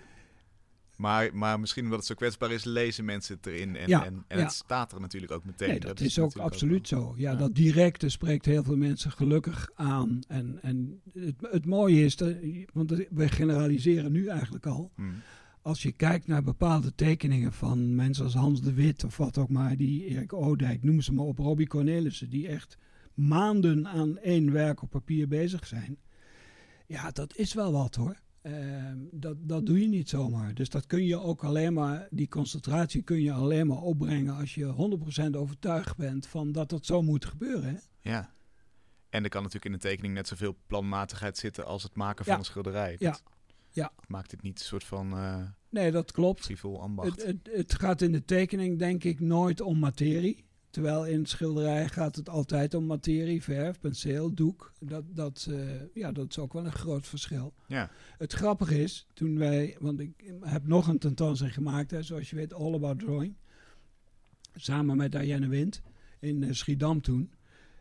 Maar misschien omdat het zo kwetsbaar is, lezen mensen het erin. En het staat er natuurlijk ook meteen. Nee, dat is ook absoluut zo. Ja, dat directe spreekt heel veel mensen gelukkig aan. En het mooie is, want we generaliseren nu eigenlijk al. Als je kijkt naar bepaalde tekeningen van mensen als Hans de Wit of wat ook maar, die Erik Odijk, noem ze maar op, Robbie Cornelissen, die echt maanden aan één werk op papier bezig zijn. Ja, dat is wel wat hoor. Dat doe je niet zomaar. Dus dat kun je ook alleen maar, die concentratie kun je alleen maar opbrengen als je 100% overtuigd bent van dat het zo moet gebeuren. Hè? Ja. En er kan natuurlijk in een tekening net zoveel planmatigheid zitten als het maken van een schilderij. Ja. Maakt het niet een soort van Nee, dat klopt. frivol ambacht. Het gaat in de tekening denk ik nooit om materie. Terwijl in het schilderij gaat het altijd om materie, verf, penseel, doek. Dat is ook wel een groot verschil. Ja. Het grappige is, want ik heb nog een tentoonstelling gemaakt, hè, zoals je weet, All About Drawing. Samen met Diane Wind in Schiedam toen.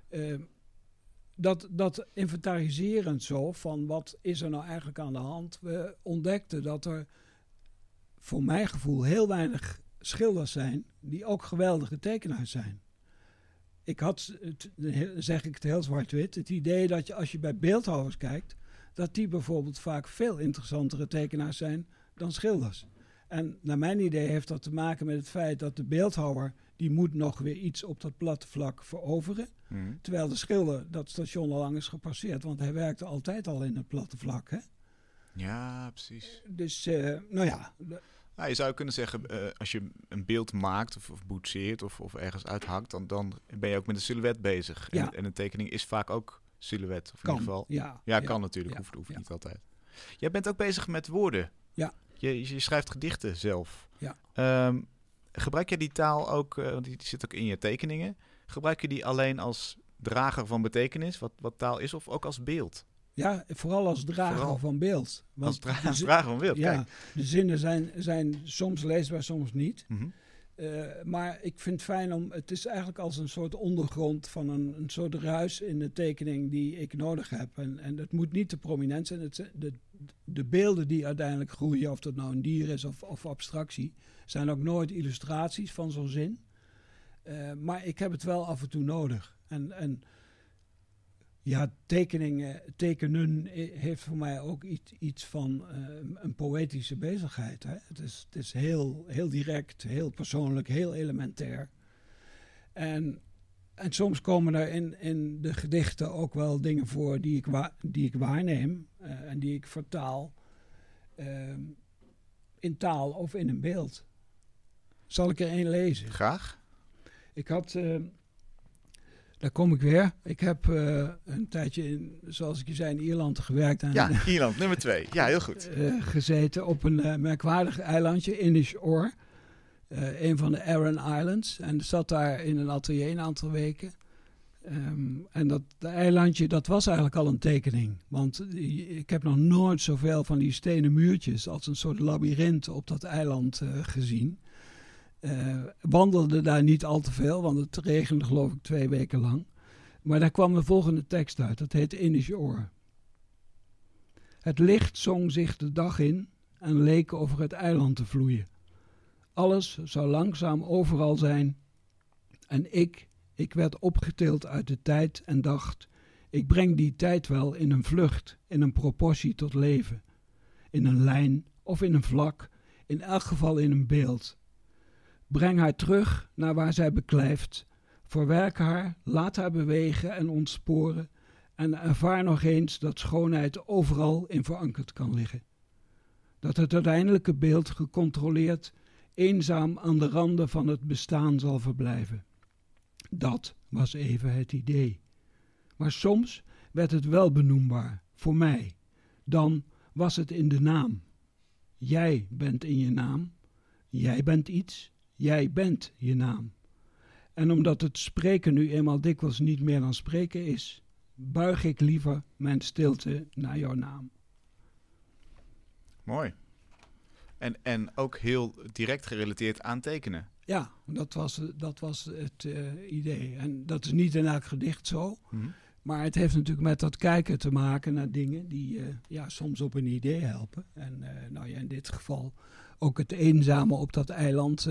Dat inventariserend zo van wat is er nou eigenlijk aan de hand. We ontdekten dat er voor mijn gevoel heel weinig schilders zijn die ook geweldige tekenaars zijn. Ik had, zeg ik het heel zwart-wit, het idee dat je als je bij beeldhouwers kijkt, dat die bijvoorbeeld vaak veel interessantere tekenaars zijn dan schilders. En naar mijn idee heeft dat te maken met het feit dat de beeldhouwer, die moet nog weer iets op dat platte vlak veroveren. Mm. Terwijl de schilder dat station al lang is gepasseerd, want hij werkte altijd al in het platte vlak. Hè? Ja, precies. Dus, Je zou kunnen zeggen, als je een beeld maakt of boetseert of ergens uithakt, dan ben je ook met een silhouet bezig. Ja. En een tekening is vaak ook silhouet, of in kan. ieder geval. Ja, Kan natuurlijk, ja, hoeft niet altijd. Jij bent ook bezig met woorden. Ja. Je schrijft gedichten zelf. Ja. Gebruik je die taal ook, want die zit ook in je tekeningen, gebruik je die alleen als drager van betekenis, wat taal is, of ook als beeld? Ja, vooral als drager van beeld. Want als drager van beeld, ja, kijk. de zinnen zijn soms leesbaar, soms niet. Mm-hmm. Maar ik vind het fijn het is eigenlijk als een soort ondergrond van een soort ruis in de tekening die ik nodig heb. En het moet niet te prominent zijn. De beelden die uiteindelijk groeien, of dat nou een dier is of abstractie, zijn ook nooit illustraties van zo'n zin. Maar ik heb het wel af en toe nodig. En tekenen heeft voor mij ook iets van een poëtische bezigheid. Hè? Het is heel, heel direct, heel persoonlijk, heel elementair. En soms komen er in de gedichten ook wel dingen voor die ik waarneem en die ik vertaal in taal of in een beeld. Zal ik er één lezen? Graag. Ik had... Daar kom ik weer. Ik heb een tijdje, zoals ik je zei, in Ierland gewerkt. Ja, Ierland, nummer 2. Ja, heel goed. Gezeten op een merkwaardig eilandje, Inishowen. Een van de Aran Islands. En zat daar in een atelier een aantal weken. En dat eilandje, dat was eigenlijk al een tekening. Want ik heb nog nooit zoveel van die stenen muurtjes als een soort labyrint op dat eiland gezien. Wandelde daar niet al te veel, want het regende geloof ik 2 weken lang. Maar daar kwam de volgende tekst uit, dat heet Inishowen. Het licht zong zich de dag in en leek over het eiland te vloeien. Alles zou langzaam overal zijn. En ik werd opgetild uit de tijd en dacht, ik breng die tijd wel in een vlucht, in een proportie tot leven. In een lijn of in een vlak, in elk geval in een beeld. Breng haar terug naar waar zij beklijft. Verwerk haar, laat haar bewegen en ontsporen. En ervaar nog eens dat schoonheid overal in verankerd kan liggen. Dat het uiteindelijke beeld gecontroleerd, eenzaam aan de randen van het bestaan zal verblijven. Dat was even het idee. Maar soms werd het wel benoembaar, voor mij. Dan was het in de naam. Jij bent in je naam. Jij bent iets. Jij bent je naam. En omdat het spreken nu eenmaal dikwijls niet meer dan spreken is, buig ik liever mijn stilte naar jouw naam. Mooi. En ook heel direct gerelateerd aan tekenen. Ja, dat was het idee. En dat is niet in elk gedicht zo. Mm-hmm. Maar het heeft natuurlijk met dat kijken te maken naar dingen die soms op een idee helpen. En in dit geval ook het eenzame op dat eiland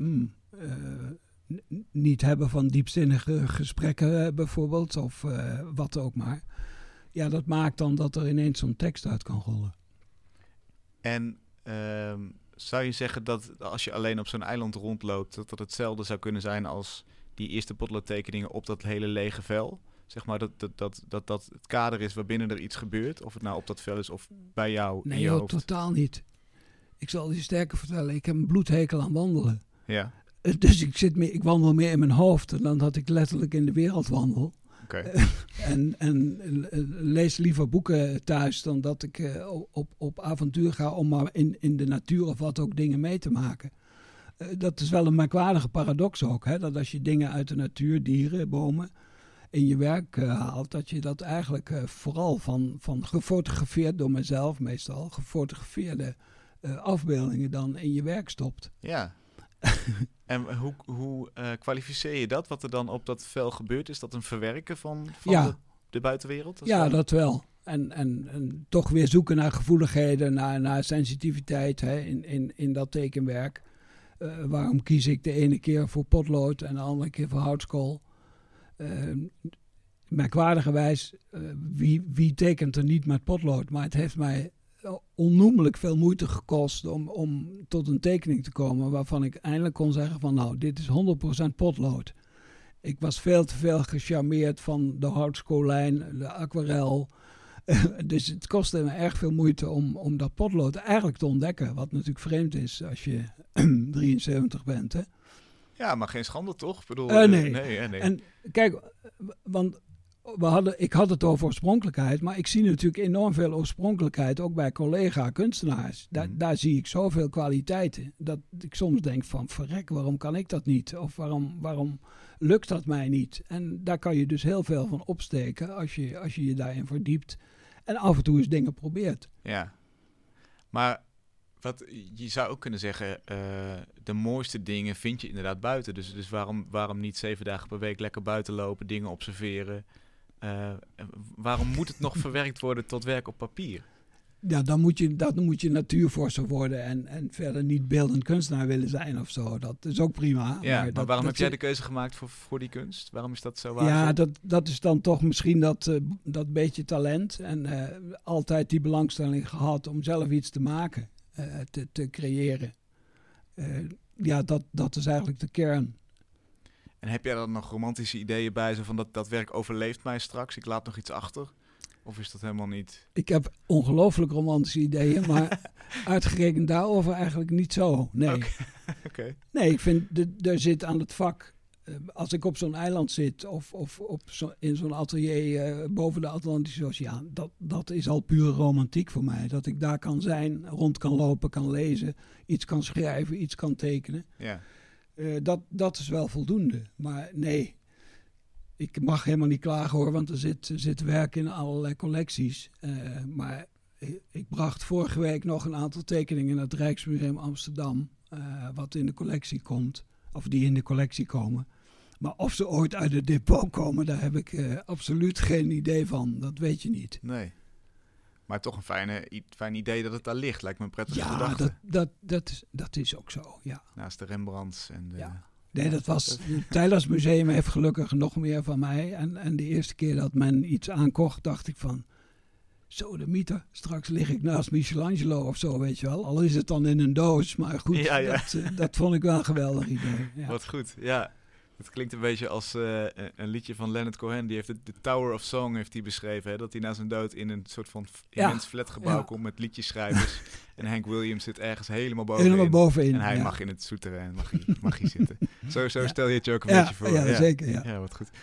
niet hebben van diepzinnige gesprekken bijvoorbeeld. Of wat ook maar. Ja, dat maakt dan dat er ineens zo'n tekst uit kan rollen. En zou je zeggen dat als je alleen op zo'n eiland rondloopt, dat hetzelfde zou kunnen zijn als die eerste potloodtekeningen op dat hele lege vel? Zeg maar dat het kader is waarbinnen er iets gebeurt, of het nou op dat vel is of bij jou in je hoofd? Nee, totaal niet. Ik zal je sterker vertellen, ik heb een bloedhekel aan wandelen. Ja. Dus ik wandel meer in mijn hoofd dan dat ik letterlijk in de wereld wandel. Oké. En lees liever boeken thuis dan dat ik op avontuur ga om maar in de natuur of wat ook dingen mee te maken. Dat is wel een merkwaardige paradox ook. Hè? Dat als je dingen uit de natuur, dieren, bomen, in je werk haalt, dat je dat eigenlijk vooral van gefotografeerd door mezelf meestal, gefotografeerde afbeeldingen dan in je werk stopt. Ja. En hoe kwalificeer je dat? Wat er dan op dat vel gebeurt? Is dat een verwerken van de buitenwereld? Ja, dat wel. En toch weer zoeken naar gevoeligheden, naar sensitiviteit in dat tekenwerk. Waarom kies ik de ene keer voor potlood en de andere keer voor houtskool? Merkwaardigerwijs, wie tekent er niet met potlood? Maar het heeft mij onnoemelijk veel moeite gekost om tot een tekening te komen waarvan ik eindelijk kon zeggen van nou, dit is 100% potlood. Ik was veel te veel gecharmeerd van de houtskoollijn, de aquarel. Dus het kostte me erg veel moeite om dat potlood eigenlijk te ontdekken. Wat natuurlijk vreemd is als je 73 bent. Hè? Ja, maar geen schande toch? Ik bedoel, nee. Nee. En kijk, want ik had het over oorspronkelijkheid, maar ik zie natuurlijk enorm veel oorspronkelijkheid ook bij collega-kunstenaars. Daar zie ik zoveel kwaliteiten dat ik soms denk van verrek, waarom kan ik dat niet? Of waarom lukt dat mij niet? En daar kan je dus heel veel van opsteken als je je daarin verdiept en af en toe eens dingen probeert. Ja, maar je zou ook kunnen zeggen, de mooiste dingen vind je inderdaad buiten. Dus waarom niet 7 dagen per week lekker buiten lopen, dingen observeren? Waarom moet het nog verwerkt worden tot werk op papier? Ja, dan moet je natuurvorser worden en verder niet beeldend kunstenaar willen zijn of zo. Dat is ook prima. Ja, maar waarom heb jij de keuze gemaakt voor die kunst? Waarom is dat zo waardevol? Ja, dat is dan toch misschien dat beetje talent en altijd die belangstelling gehad om zelf iets te maken, te creëren. Dat is eigenlijk de kern. En heb jij dan nog romantische ideeën bij zo van dat werk overleeft mij straks, ik laat nog iets achter? Of is dat helemaal niet? Ik heb ongelooflijk romantische ideeën, maar uitgerekend daarover eigenlijk niet zo. Nee. Okay. Nee, ik vind, er zit aan het vak, als ik op zo'n eiland zit of in zo'n atelier boven de Atlantische Oceaan, dat is al pure romantiek voor mij. Dat ik daar kan zijn, rond kan lopen, kan lezen, iets kan schrijven, iets kan tekenen. Ja. Dat is wel voldoende. Maar nee, ik mag helemaal niet klagen hoor, want er zit werk in allerlei collecties. Maar ik bracht vorige week nog een aantal tekeningen naar het Rijksmuseum Amsterdam, wat in de collectie komt, of die in de collectie komen. Maar of ze ooit uit het depot komen, daar heb ik absoluut geen idee van. Dat weet je niet. Nee. Maar toch een fijn idee dat het daar ligt. Lijkt me een prettige gedachte. Dat is ook zo, ja. Naast de Rembrandts en de... Ja. Nee, dat was... Het Tijlersmuseum heeft gelukkig nog meer van mij. En de eerste keer dat men iets aankocht, dacht ik van... Zo, de mythe. Straks lig ik naast Michelangelo of zo, weet je wel. Al is het dan in een doos. Maar goed, ja. Dat vond ik wel een geweldig idee. Ja. Wat goed, ja. Het klinkt een beetje als een liedje van Leonard Cohen. Die heeft de Tower of Song heeft hij beschreven. Hè? Dat hij na zijn dood in een soort van immens flatgebouw komt met liedjeschrijvers. En Hank Williams zit ergens helemaal bovenin. En hij mag in het souterrain mag hij zitten. Zo stel je het je ook een beetje voor. Ja, zeker. Ja. Ja, wat goed.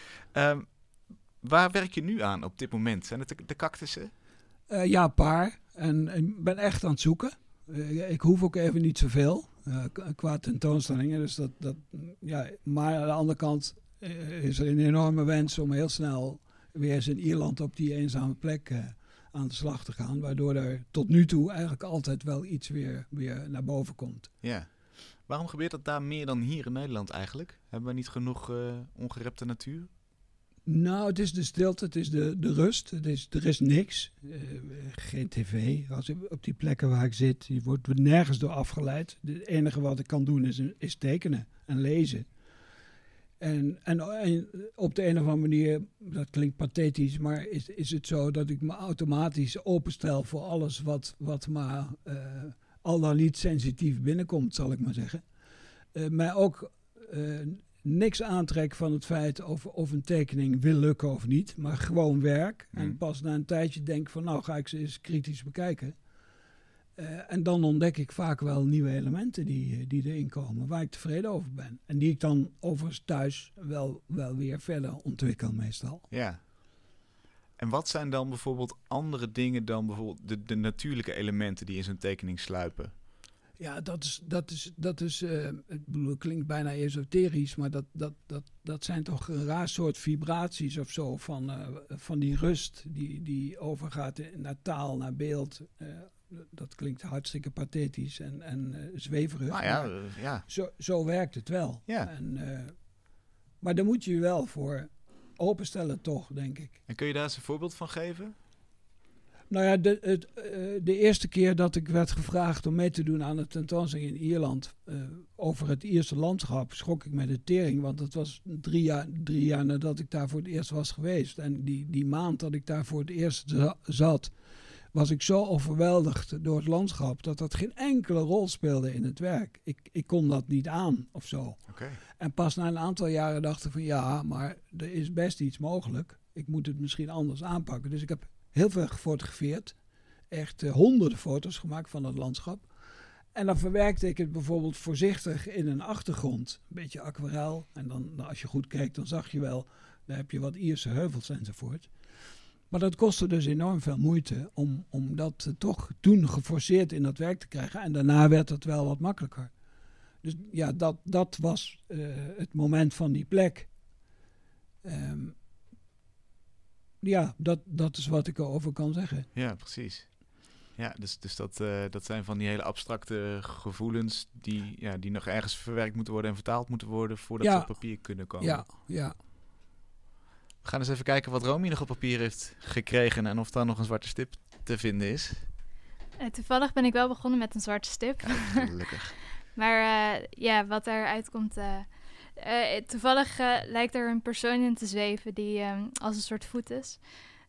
Waar werk je nu aan op dit moment? Zijn het de cactussen? Ja, een paar. En ik ben echt aan het zoeken. Ik hoef ook even niet zoveel. Qua tentoonstellingen. Dus maar aan de andere kant is er een enorme wens om heel snel weer eens in Ierland op die eenzame plek aan de slag te gaan. Waardoor er tot nu toe eigenlijk altijd wel iets weer naar boven komt. Ja. Waarom gebeurt dat daar meer dan hier in Nederland eigenlijk? Hebben we niet genoeg ongerepte natuur? Nou, het is de stilte, het is de rust. Er is niks. Geen tv. Op die plekken waar ik zit, die wordt nergens door afgeleid. Het enige wat ik kan doen is tekenen en lezen. En op de een of andere manier, dat klinkt pathetisch, maar is het zo dat ik me automatisch openstel voor alles wat maar al dan niet sensitief binnenkomt, zal ik maar zeggen. Maar ook... niks aantrek van het feit of een tekening wil lukken of niet. Maar gewoon werk. En pas na een tijdje denk van nou ga ik ze eens kritisch bekijken. En dan ontdek ik vaak wel nieuwe elementen die erin komen, waar ik tevreden over ben. En die ik dan overigens thuis wel weer verder ontwikkel meestal. Ja. En wat zijn dan bijvoorbeeld andere dingen dan bijvoorbeeld de natuurlijke elementen die in zo'n tekening sluipen? Ja, dat is ik bedoel, het klinkt bijna esoterisch, maar dat zijn toch een raar soort vibraties of zo van die rust die overgaat naar taal, naar beeld. Dat klinkt hartstikke pathetisch en zweverig. Nou ja, Zo werkt het wel. Ja. Maar daar moet je je wel voor openstellen toch, denk ik. En kun je daar eens een voorbeeld van geven? Nou ja, de eerste keer dat ik werd gevraagd om mee te doen aan de tentoonstelling in Ierland over het Ierse landschap, schrok ik met de tering. Want dat was 3 jaar nadat ik daar voor het eerst was geweest. En die maand dat ik daar voor het eerst zat, was ik zo overweldigd door het landschap dat geen enkele rol speelde in het werk. Ik kon dat niet aan of zo. Okay. En pas na een aantal jaren dacht ik van ja, maar er is best iets mogelijk. Ik moet het misschien anders aanpakken. Dus ik heb heel veel gefotografeerd. Echt honderden foto's gemaakt van het landschap. En dan verwerkte ik het bijvoorbeeld voorzichtig in een achtergrond. Een beetje aquarel. En dan, als je goed kijkt, dan zag je wel, daar heb je wat Ierse heuvels enzovoort. Maar dat kostte dus enorm veel moeite om dat toch toen geforceerd in dat werk te krijgen. En daarna werd het wel wat makkelijker. Dus ja, dat was het moment van die plek. Ja, dat is wat ik erover kan zeggen. Ja, precies. Ja, dus dat zijn van die hele abstracte gevoelens die nog ergens verwerkt moeten worden en vertaald moeten worden voordat ze op papier kunnen komen. Ja. We gaan eens even kijken wat Romy nog op papier heeft gekregen en of daar nog een zwarte stip te vinden is. Toevallig ben ik wel begonnen met een zwarte stip. Ja, gelukkig. Maar wat eruit komt... toevallig lijkt er een persoon in te zweven die als een soort voet is.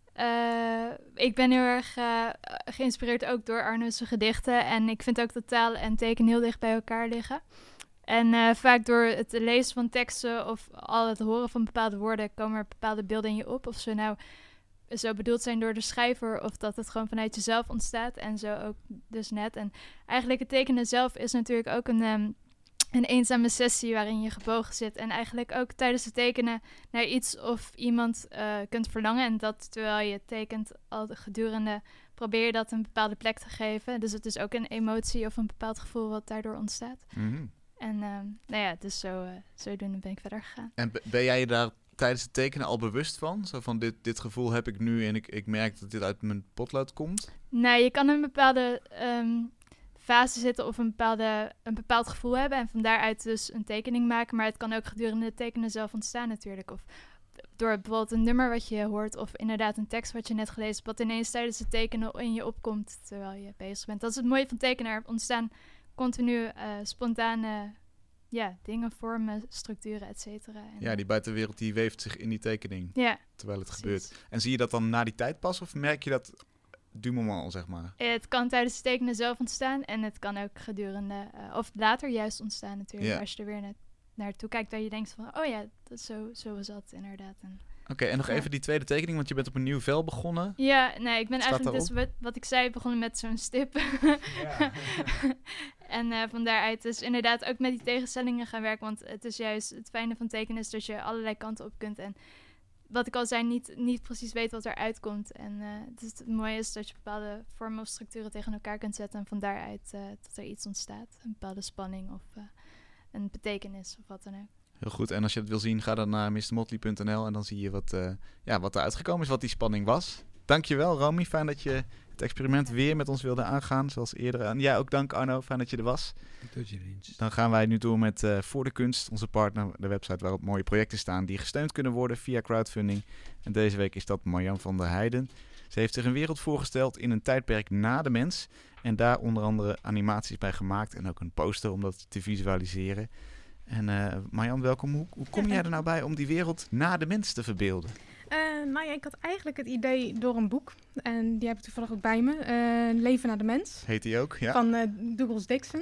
Ik ben heel erg geïnspireerd ook door Arno's gedichten. En ik vind ook dat taal en teken heel dicht bij elkaar liggen. En vaak door het lezen van teksten of al het horen van bepaalde woorden komen er bepaalde beelden in je op. Of ze nou zo bedoeld zijn door de schrijver of dat het gewoon vanuit jezelf ontstaat. En zo ook dus net. En eigenlijk het tekenen zelf is natuurlijk ook een eenzame sessie waarin je gebogen zit. En eigenlijk ook tijdens het tekenen naar iets of iemand kunt verlangen. En dat terwijl je tekent al gedurende probeer je dat een bepaalde plek te geven. Dus het is ook een emotie of een bepaald gevoel wat daardoor ontstaat. Mm-hmm. En dus zodoende ben ik verder gegaan. En ben jij je daar tijdens het tekenen al bewust van? Zo van dit gevoel heb ik nu en ik merk dat dit uit mijn potlood komt? Nou, je kan een bepaalde fase zitten of een bepaald gevoel hebben en van daaruit dus een tekening maken. Maar het kan ook gedurende het tekenen zelf ontstaan natuurlijk. Of door bijvoorbeeld een nummer wat je hoort of inderdaad een tekst wat je net gelezen hebt, wat ineens tijdens het tekenen in je opkomt terwijl je bezig bent. Dat is het mooie van tekenen. Er ontstaan continu spontane dingen, vormen, structuren, et cetera. Ja, die buitenwereld die weeft zich in die tekening terwijl het gebeurt. En zie je dat dan na die tijd pas of merk je dat du moment, zeg maar? Het kan tijdens het tekenen zelf ontstaan en het kan ook gedurende of later juist ontstaan natuurlijk. Ja. Als je er weer naartoe kijkt dat je denkt van, oh ja, zo was dat inderdaad. Oké, en nog even die tweede tekening, want je bent op een nieuw vel begonnen. Ja, nee, ik ben eigenlijk dus wat ik zei, begonnen met zo'n stip. Ja. En van daaruit dus inderdaad ook met die tegenstellingen gaan werken, want het is juist het fijne van tekenen is dat je allerlei kanten op kunt en wat ik al zei, niet precies weet wat eruit komt. En het mooie is dat je bepaalde vormen of structuren tegen elkaar kunt zetten en van daaruit dat er iets ontstaat. Een bepaalde spanning of een betekenis of wat dan ook. Heel goed. En als je het wil zien, ga dan naar mrmotley.nl en dan zie je wat er uitgekomen is, wat die spanning was. Dankjewel, Romy. Fijn dat je het experiment weer met ons wilde aangaan, zoals eerder. En ja, ook dank Arno. Fijn dat je er was. Tot je dienst. Dan gaan wij nu door met Voor de Kunst, onze partner, de website waarop mooie projecten staan die gesteund kunnen worden via crowdfunding. En deze week is dat Marjan van der Heijden. Ze heeft zich een wereld voorgesteld in een tijdperk na de mens. En daar onder andere animaties bij gemaakt en ook een poster om dat te visualiseren. En Marjan, welkom. Hoe kom jij er nou bij om die wereld na de mens te verbeelden? Ik had eigenlijk het idee door een boek. En die heb ik toevallig ook bij me. Leven naar de mens. Heet die ook, ja. Van Douglas Dixon.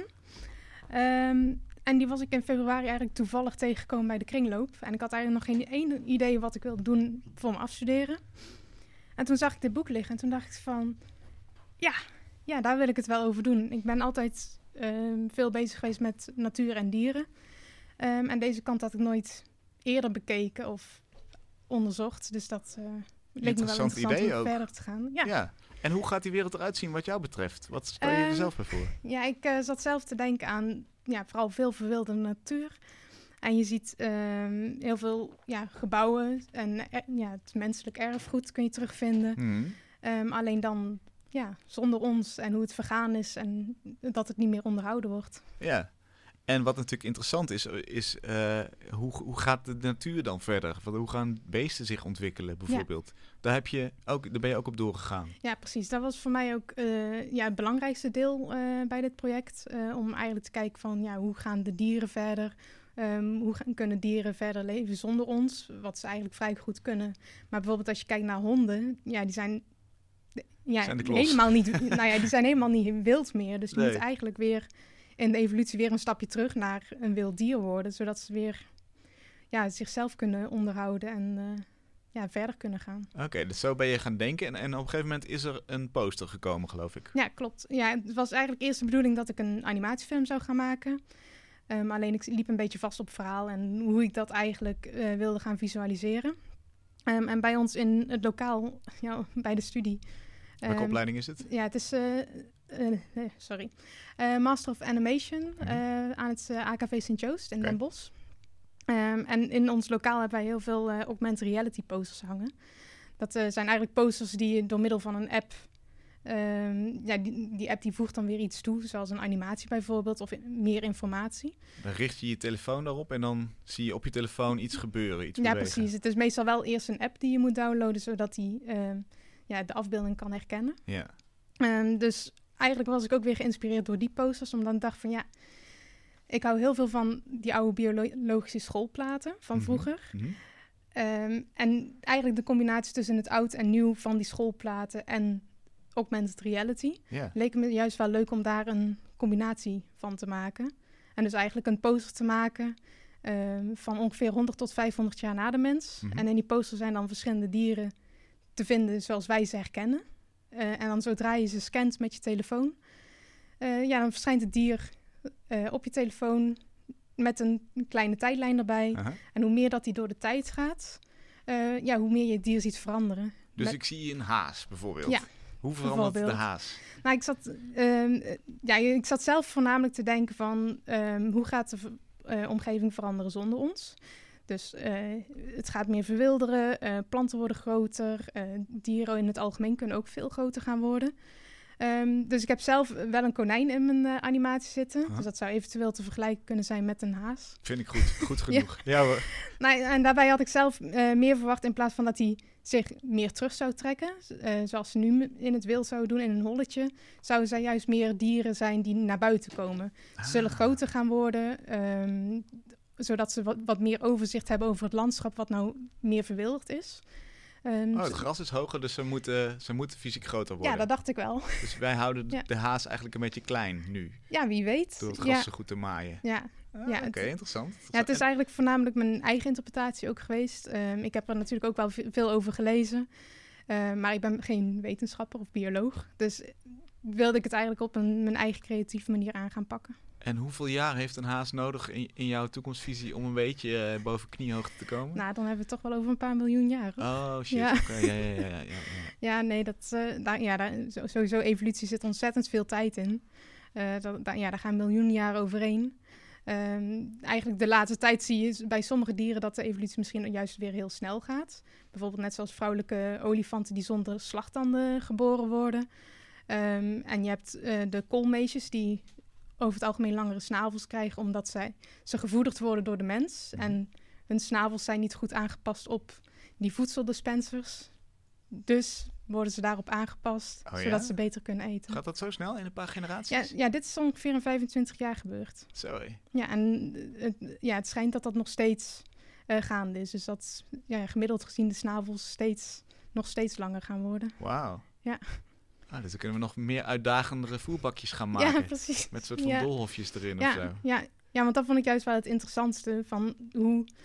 En die was ik in februari eigenlijk toevallig tegengekomen bij de kringloop. En ik had eigenlijk nog geen één idee wat ik wilde doen voor mijn afstuderen. En toen zag ik dit boek liggen en toen dacht ik van... Ja, Ja, daar wil ik het wel over doen. Ik ben altijd veel bezig geweest met natuur en dieren. En deze kant had ik nooit eerder bekeken of onderzocht. Dus dat leek me wel interessant om verder te gaan. Ja. En hoe gaat die wereld eruit zien wat jou betreft? Wat stel je er zelf bij voor? Ja, ik zat zelf te denken aan vooral veel verwilderde natuur. En je ziet heel veel gebouwen en het menselijk erfgoed kun je terugvinden. Alleen dan zonder ons en hoe het vergaan is en dat het niet meer onderhouden wordt. Ja, en wat natuurlijk interessant is hoe gaat de natuur dan verder? Hoe gaan beesten zich ontwikkelen bijvoorbeeld? Daar ben je ook op doorgegaan. Ja, precies. Dat was voor mij ook het belangrijkste deel bij dit project. Om eigenlijk te kijken van hoe gaan de dieren verder? Hoe kunnen dieren verder leven zonder ons? Wat ze eigenlijk vrij goed kunnen. Maar bijvoorbeeld als je kijkt naar honden, die zijn helemaal niet. Die zijn helemaal niet wild meer. Dus die moeten eigenlijk weer in de evolutie weer een stapje terug naar een wild dier worden, zodat ze weer zichzelf kunnen onderhouden en verder kunnen gaan. Oké, dus zo ben je gaan denken en op een gegeven moment is er een poster gekomen, geloof ik. Ja, klopt. Ja, het was eigenlijk eerst de bedoeling dat ik een animatiefilm zou gaan maken. Alleen ik liep een beetje vast op het verhaal en hoe ik dat eigenlijk wilde gaan visualiseren. En bij ons in het lokaal, bij de studie. Welke opleiding is het? Ja, het is Master of Animation aan het AKV Sint-Joost in Den Bosch. En in ons lokaal hebben wij heel veel augmented reality posters hangen. Dat zijn eigenlijk posters die je door middel van een app... die app die voegt dan weer iets toe, zoals een animatie bijvoorbeeld, of meer informatie. Dan richt je je telefoon daarop en dan zie je op je telefoon iets gebeuren, iets bewegen. Precies. Het is meestal wel eerst een app die je moet downloaden, zodat die de afbeelding kan herkennen. Ja. Dus eigenlijk was ik ook weer geïnspireerd door die posters, omdat ik dacht van ik hou heel veel van die oude biologische schoolplaten van vroeger. En eigenlijk de combinatie tussen het oud en nieuw van die schoolplaten en augmented reality. Leek me juist wel leuk om daar een combinatie van te maken. En dus eigenlijk een poster te maken van ongeveer 100 tot 500 jaar na de mens. En in die poster zijn dan verschillende dieren te vinden zoals wij ze herkennen. En dan zodra je ze scant met je telefoon, dan verschijnt het dier op je telefoon met een kleine tijdlijn erbij. En hoe meer dat die door de tijd gaat, hoe meer je het dier ziet veranderen. Dus ik zie een haas bijvoorbeeld. Ja. Hoe verandert de haas? Nou, ik zat zelf voornamelijk te denken van hoe gaat de omgeving veranderen zonder ons? Dus het gaat meer verwilderen, planten worden groter, dieren in het algemeen kunnen ook veel groter gaan worden. Dus ik heb zelf wel een konijn in mijn animatie zitten. Dus dat zou eventueel te vergelijken kunnen zijn met een haas. Vind ik goed genoeg. Ja hoor. Nou, en daarbij had ik zelf meer verwacht in plaats van dat hij zich meer terug zou trekken. Zoals ze nu in het wild zouden doen, in een holletje. Zouden zij juist meer dieren zijn die naar buiten komen. Ze zullen groter gaan worden, zodat ze wat meer overzicht hebben over het landschap wat nou meer verwilderd is. Het gras is hoger, dus ze moeten fysiek groter worden. Ja, dat dacht ik wel. Dus wij houden de haas eigenlijk een beetje klein nu. Ja, wie weet. Door het gras zo goed te maaien. Ja. Oké, interessant. Ja, het is eigenlijk voornamelijk mijn eigen interpretatie ook geweest. Ik heb er natuurlijk ook wel veel over gelezen. Maar ik ben geen wetenschapper of bioloog. Dus wilde ik het eigenlijk op mijn eigen creatieve manier aan gaan pakken. En hoeveel jaar heeft een haas nodig in jouw toekomstvisie om een beetje boven kniehoogte te komen? Nou, dan hebben we het toch wel over een paar miljoen jaar. Hoor. Oh shit, ja. Oké. Ja. Ja, nee, sowieso evolutie zit ontzettend veel tijd in. Daar gaan miljoenen jaren overheen. Eigenlijk de laatste tijd zie je bij sommige dieren dat de evolutie misschien juist weer heel snel gaat. Bijvoorbeeld net zoals vrouwelijke olifanten die zonder slagtanden geboren worden. En je hebt de koolmeesjes die over het algemeen langere snavels krijgen omdat ze gevoederd worden door de mens. En hun snavels zijn niet goed aangepast op die voedseldispensers. Dus worden ze daarop aangepast, zodat ze beter kunnen eten. Gaat dat zo snel in een paar generaties? Ja, dit is ongeveer in 25 jaar gebeurd. Zo. Ja, en het schijnt dat nog steeds gaande is. Dus dat gemiddeld gezien de snavels nog steeds langer gaan worden. Wauw. Ja. Dus dan kunnen we nog meer uitdagendere voerbakjes gaan maken. Ja, precies. Met een soort van dolhofjes erin of zo. Ja, want dat vond ik juist wel het interessantste van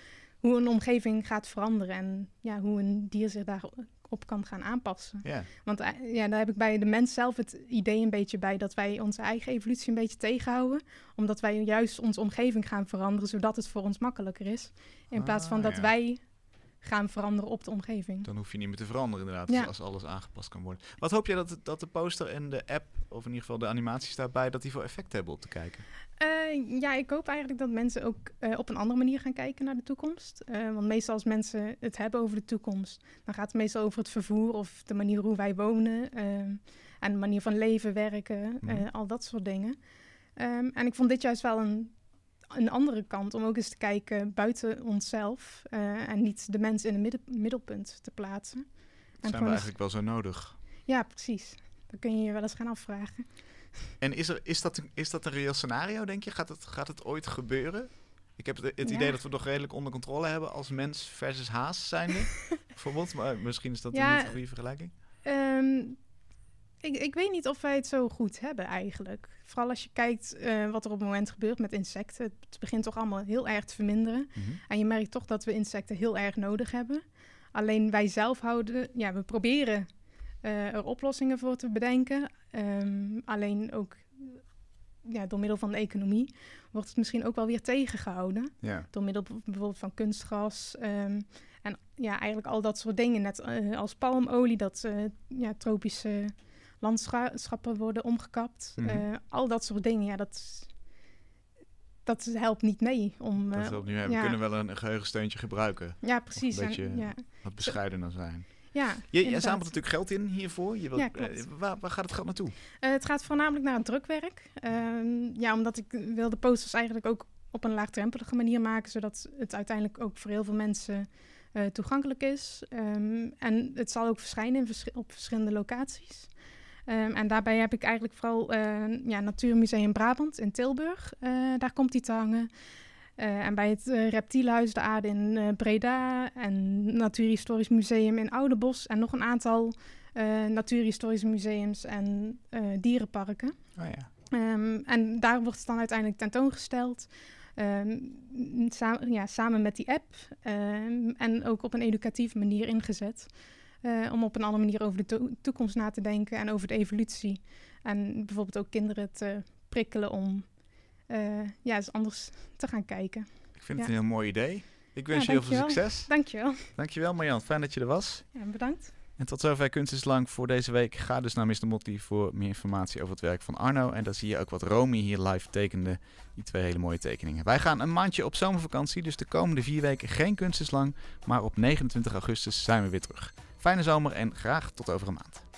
hoe een omgeving gaat veranderen en hoe een dier zich daarop kan gaan aanpassen. Ja. Want daar heb ik bij de mens zelf het idee een beetje bij dat wij onze eigen evolutie een beetje tegenhouden, omdat wij juist onze omgeving gaan veranderen, zodat het voor ons makkelijker is, in plaats van dat wij gaan veranderen op de omgeving. Dan hoef je niet meer te veranderen inderdaad, als alles aangepast kan worden. Wat hoop jij dat de poster en de app, of in ieder geval de animaties daarbij, dat die voor effect hebben op de kijker? Ik hoop eigenlijk dat mensen ook op een andere manier gaan kijken naar de toekomst. Want meestal als mensen het hebben over de toekomst, dan gaat het meestal over het vervoer of de manier hoe wij wonen en de manier van leven, werken, al dat soort dingen. En ik vond dit juist wel een andere kant om ook eens te kijken buiten onszelf en niet de mens in het middelpunt te plaatsen. Dat zijn we eigenlijk wel zo nodig. Ja, precies. Dat kun je je wel eens gaan afvragen. En is dat een reëel scenario, denk je? Gaat het ooit gebeuren? Ik heb het idee dat we het nog redelijk onder controle hebben als mens versus haas zijnde. Bijvoorbeeld, maar misschien is dat niet een goede vergelijking. Ik weet niet of wij het zo goed hebben eigenlijk. Vooral als je kijkt wat er op het moment gebeurt met insecten. Het begint toch allemaal heel erg te verminderen. Mm-hmm. En je merkt toch dat we insecten heel erg nodig hebben. Alleen wij zelf we proberen er oplossingen voor te bedenken. Alleen ook door middel van de economie wordt het misschien ook wel weer tegengehouden. Ja. Door middel bijvoorbeeld van kunstgras. En eigenlijk al dat soort dingen. Net als palmolie, dat tropische landschappen worden omgekapt. Mm-hmm. Al dat soort dingen, dat helpt niet mee. Dat helpt niet mee. We kunnen wel een geheugensteuntje gebruiken. Ja, precies. Een beetje wat bescheidener zijn. Ja, jij zamelt natuurlijk geld in hiervoor. Waar gaat het geld naartoe? Het gaat voornamelijk naar het drukwerk. Omdat ik wil de posters eigenlijk ook op een laagdrempelige manier maken, zodat het uiteindelijk ook voor heel veel mensen toegankelijk is. En het zal ook verschijnen op verschillende locaties. En daarbij heb ik eigenlijk vooral Natuurmuseum Brabant in Tilburg. Daar komt die te hangen. En bij het Reptielhuis de Aarde in Breda en Natuurhistorisch Museum in Oudenbosch en nog een aantal natuurhistorische museums en dierenparken. Oh ja. En daar wordt het dan uiteindelijk tentoongesteld. Samen met die app en ook op een educatieve manier ingezet. Om op een andere manier over de toekomst na te denken en over de evolutie. En bijvoorbeeld ook kinderen te prikkelen om eens anders te gaan kijken. Ik vind het een heel mooi idee. Ik wens je heel veel succes. Dankjewel. Dankjewel Marjan, fijn dat je er was. Ja, bedankt. En tot zover Kunst is Lang voor deze week. Ga dus naar Mr. Motley voor meer informatie over het werk van Arno. En daar zie je ook wat Romy hier live tekende. Die 2 hele mooie tekeningen. Wij gaan een maandje op zomervakantie. Dus de komende 4 weken geen Kunst is Lang. Maar op 29 augustus zijn we weer terug. Fijne zomer en graag tot over een maand.